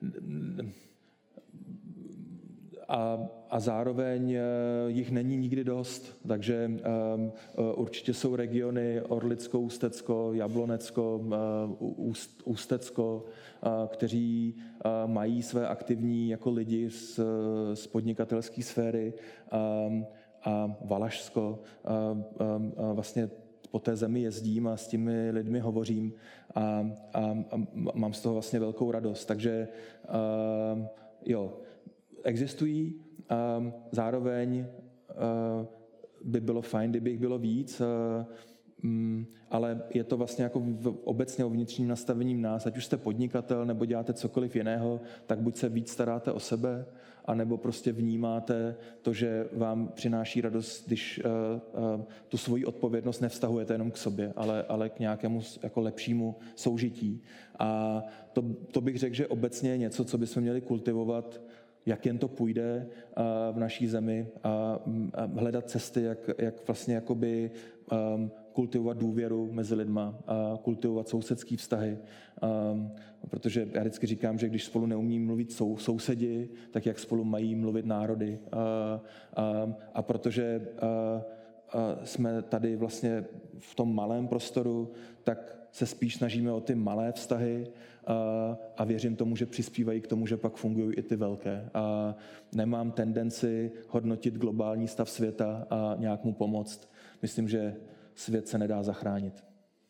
A, a zároveň jich není nikdy dost, takže um, určitě jsou regiony Orlicko, Ústecko, Jablonecko, Úst, Ústecko, uh, kteří uh, mají své aktivní jako lidi z, z podnikatelské sféry um, a Valašsko. Uh, um, uh, vlastně po té zemi jezdím a s těmi lidmi hovořím a, a, a mám z toho vlastně velkou radost. Takže uh, jo, existují, uh, zároveň uh, by bylo fajn, kdyby jich bylo víc, uh, um, ale je to vlastně jako v, obecně o vnitřním nastavením nás, ať už jste podnikatel nebo děláte cokoliv jiného, tak buď se víc staráte o sebe, anebo prostě vnímáte to, že vám přináší radost, když uh, uh, tu svoji odpovědnost nevztahujete jenom k sobě, ale, ale k nějakému jako lepšímu soužití. A to, to bych řekl, že obecně je něco, co bychom měli kultivovat, jak jen to půjde uh, v naší zemi a, a hledat cesty, jak, jak vlastně jakoby um, kultivovat důvěru mezi lidma a kultivovat sousedský vztahy. Um, protože já vždycky říkám, že když spolu neumí mluvit sou, sousedi, tak jak spolu mají mluvit národy. Uh, uh, a protože uh, uh, jsme tady vlastně v tom malém prostoru, tak se spíš snažíme o ty malé vztahy uh, a věřím tomu, že přispívají k tomu, že pak fungují i ty velké. A nemám tendenci hodnotit globální stav světa a nějak mu pomoct. Myslím, že svět se nedá zachránit.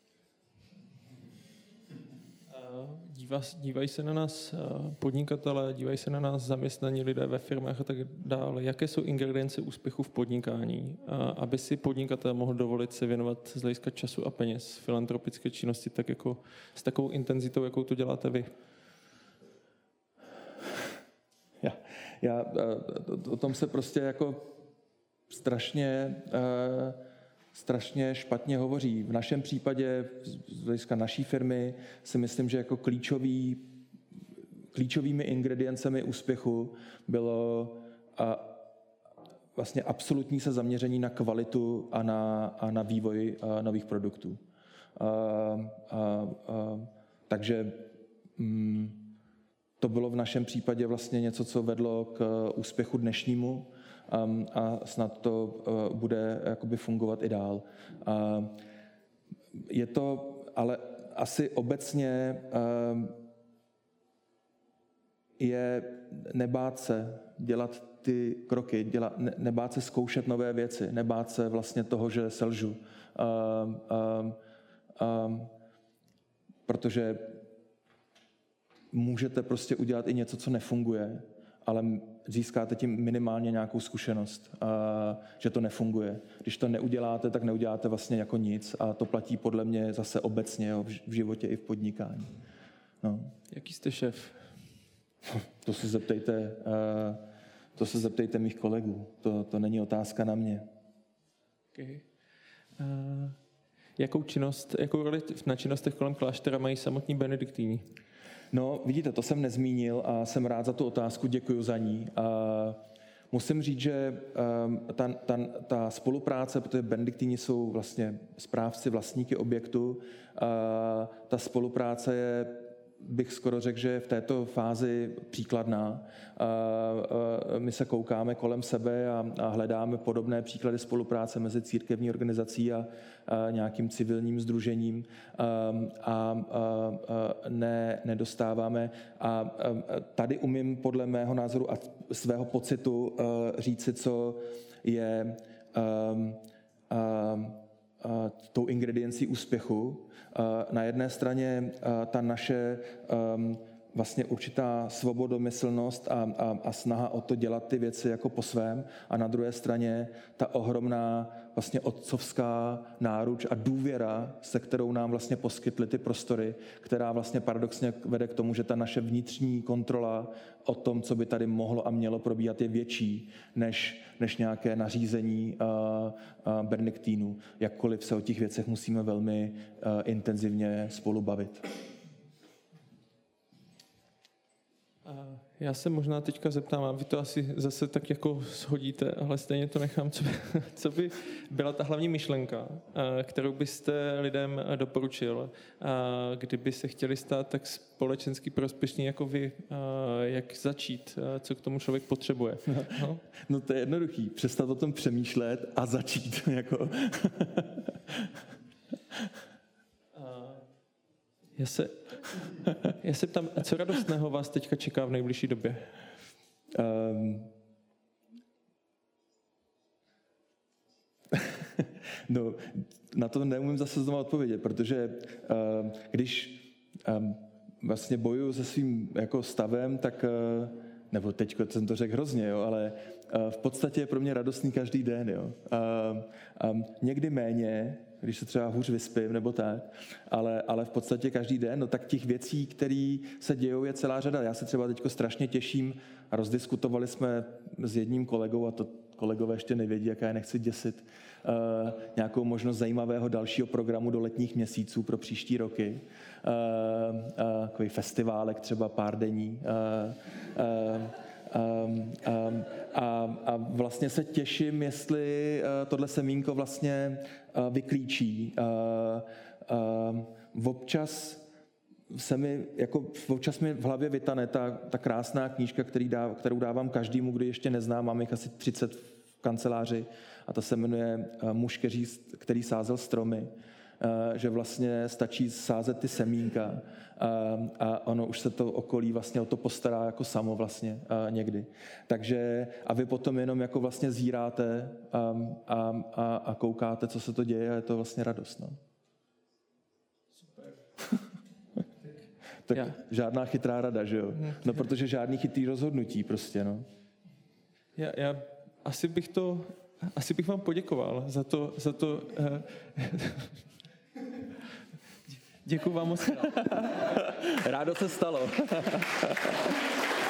Dívají se na nás podnikatelé, dívají se na nás zaměstnaní lidé ve firmách a tak dále. Jaké jsou ingredience úspěchu v podnikání, aby si podnikatel mohl dovolit se věnovat z hlediska času a peněz filantropické činnosti tak jako s takovou intenzitou, jakou to děláte vy? Já, Já, o tom se prostě jako strašně, strašně špatně hovoří. V našem případě, z hlediska naší firmy, si myslím, že jako klíčový, klíčovými ingrediencemi úspěchu bylo a vlastně absolutní se zaměření na kvalitu a na, a na vývoj a nových produktů. A, a, a, takže mm, to bylo v našem případě vlastně něco, co vedlo k úspěchu dnešnímu a, a snad to a, bude jakoby fungovat i dál. A je to ale asi obecně a, je nebát se dělat ty kroky, dělat, ne, nebát se zkoušet nové věci, nebát se vlastně toho, že selžu. Um, um, um, protože můžete prostě udělat i něco, co nefunguje, ale získáte tím minimálně nějakou zkušenost, uh, že to nefunguje. Když to neuděláte, tak neuděláte vlastně jako nic a to platí podle mě zase obecně, jo, v životě i v podnikání. No. Jaký jste šéf? To se zeptejte, uh, to se zeptejte mých kolegů. To, to není otázka na mě. Okay. Uh, jakou činnost, jakou roli na činnostech kolem kláštera mají samotní benediktíni? No, vidíte, to jsem nezmínil a jsem rád za tu otázku, děkuji za ní. Uh, musím říct, že um, ta, ta, ta spolupráce, protože benediktíni jsou vlastně správci, vlastníky objektu, uh, ta spolupráce je, bych skoro řekl, že v této fázi příkladná. My se koukáme kolem sebe a hledáme podobné příklady spolupráce mezi církevní organizací a nějakým civilním sdružením a ne, nedostáváme. A tady umím podle mého názoru a svého pocitu říci, co je tou ingrediencí úspěchu. Na jedné straně ta naše vlastně určitá svobodomyslnost a, a, a snaha o to dělat ty věci jako po svém a na druhé straně ta ohromná vlastně otcovská náruč a důvěra, se kterou nám vlastně poskytly ty prostory, která vlastně paradoxně vede k tomu, že ta naše vnitřní kontrola o tom, co by tady mohlo a mělo probíhat, je větší než, než nějaké nařízení uh, uh, benediktínů. Jakkoliv se o těch věcech musíme velmi uh, intenzivně spolu bavit. Já se možná teďka zeptám, a vy to asi zase tak jako shodíte, ale stejně to nechám, co by, co by byla ta hlavní myšlenka, kterou byste lidem doporučil, kdyby se chtěli stát tak společensky prospěšní jako vy, jak začít, co k tomu člověk potřebuje. No, no to je jednoduchý, přestat o tom přemýšlet a začít. Jako. Já se, já se ptám, co radostného vás teďka čeká v nejbližší době? Um, no, na to neumím zase znovu odpovědět, protože uh, když um, vlastně bojuju se svým jako stavem, tak, uh, nebo teď jsem to řekl hrozně, jo, ale uh, v podstatě je pro mě radostný každý den. Jo. Uh, um, někdy méně, když se třeba hůř vyspím nebo tak, ale, ale v podstatě každý den, no tak těch věcí, které se dějou, je celá řada. Já se třeba teďko strašně těším a rozdiskutovali jsme s jedním kolegou, a to kolegové ještě nevědí, jaká je, nechci děsit, uh, nějakou možnost zajímavého dalšího programu do letních měsíců pro příští roky. Uh, uh, takový festiválek třeba pár dení. Uh, uh, Um, um, a, a vlastně se těším, jestli uh, tohle semínko vlastně uh, vyklíčí. Uh, uh, občas se mi, jako občas mi v hlavě vytane ta, ta krásná knížka, který dá, kterou dávám každému, kdo ještě nezná, mám jich asi třicet v kanceláři, a ta se jmenuje uh, Muž, který, který sázel stromy. Že vlastně stačí sázet ty semínka a ono už se to okolí vlastně o to postará jako samo vlastně někdy. Takže a vy potom jenom jako vlastně zíráte a, a, a, a koukáte, co se to děje, a je to vlastně radost. No. Super. Tak Já. Žádná chytrá rada, že jo? No, protože žádný chytrý rozhodnutí prostě, no. Já, já asi bych to, asi bych vám poděkoval za to, za to eh, Děkuji vám moc. Rádo se stalo.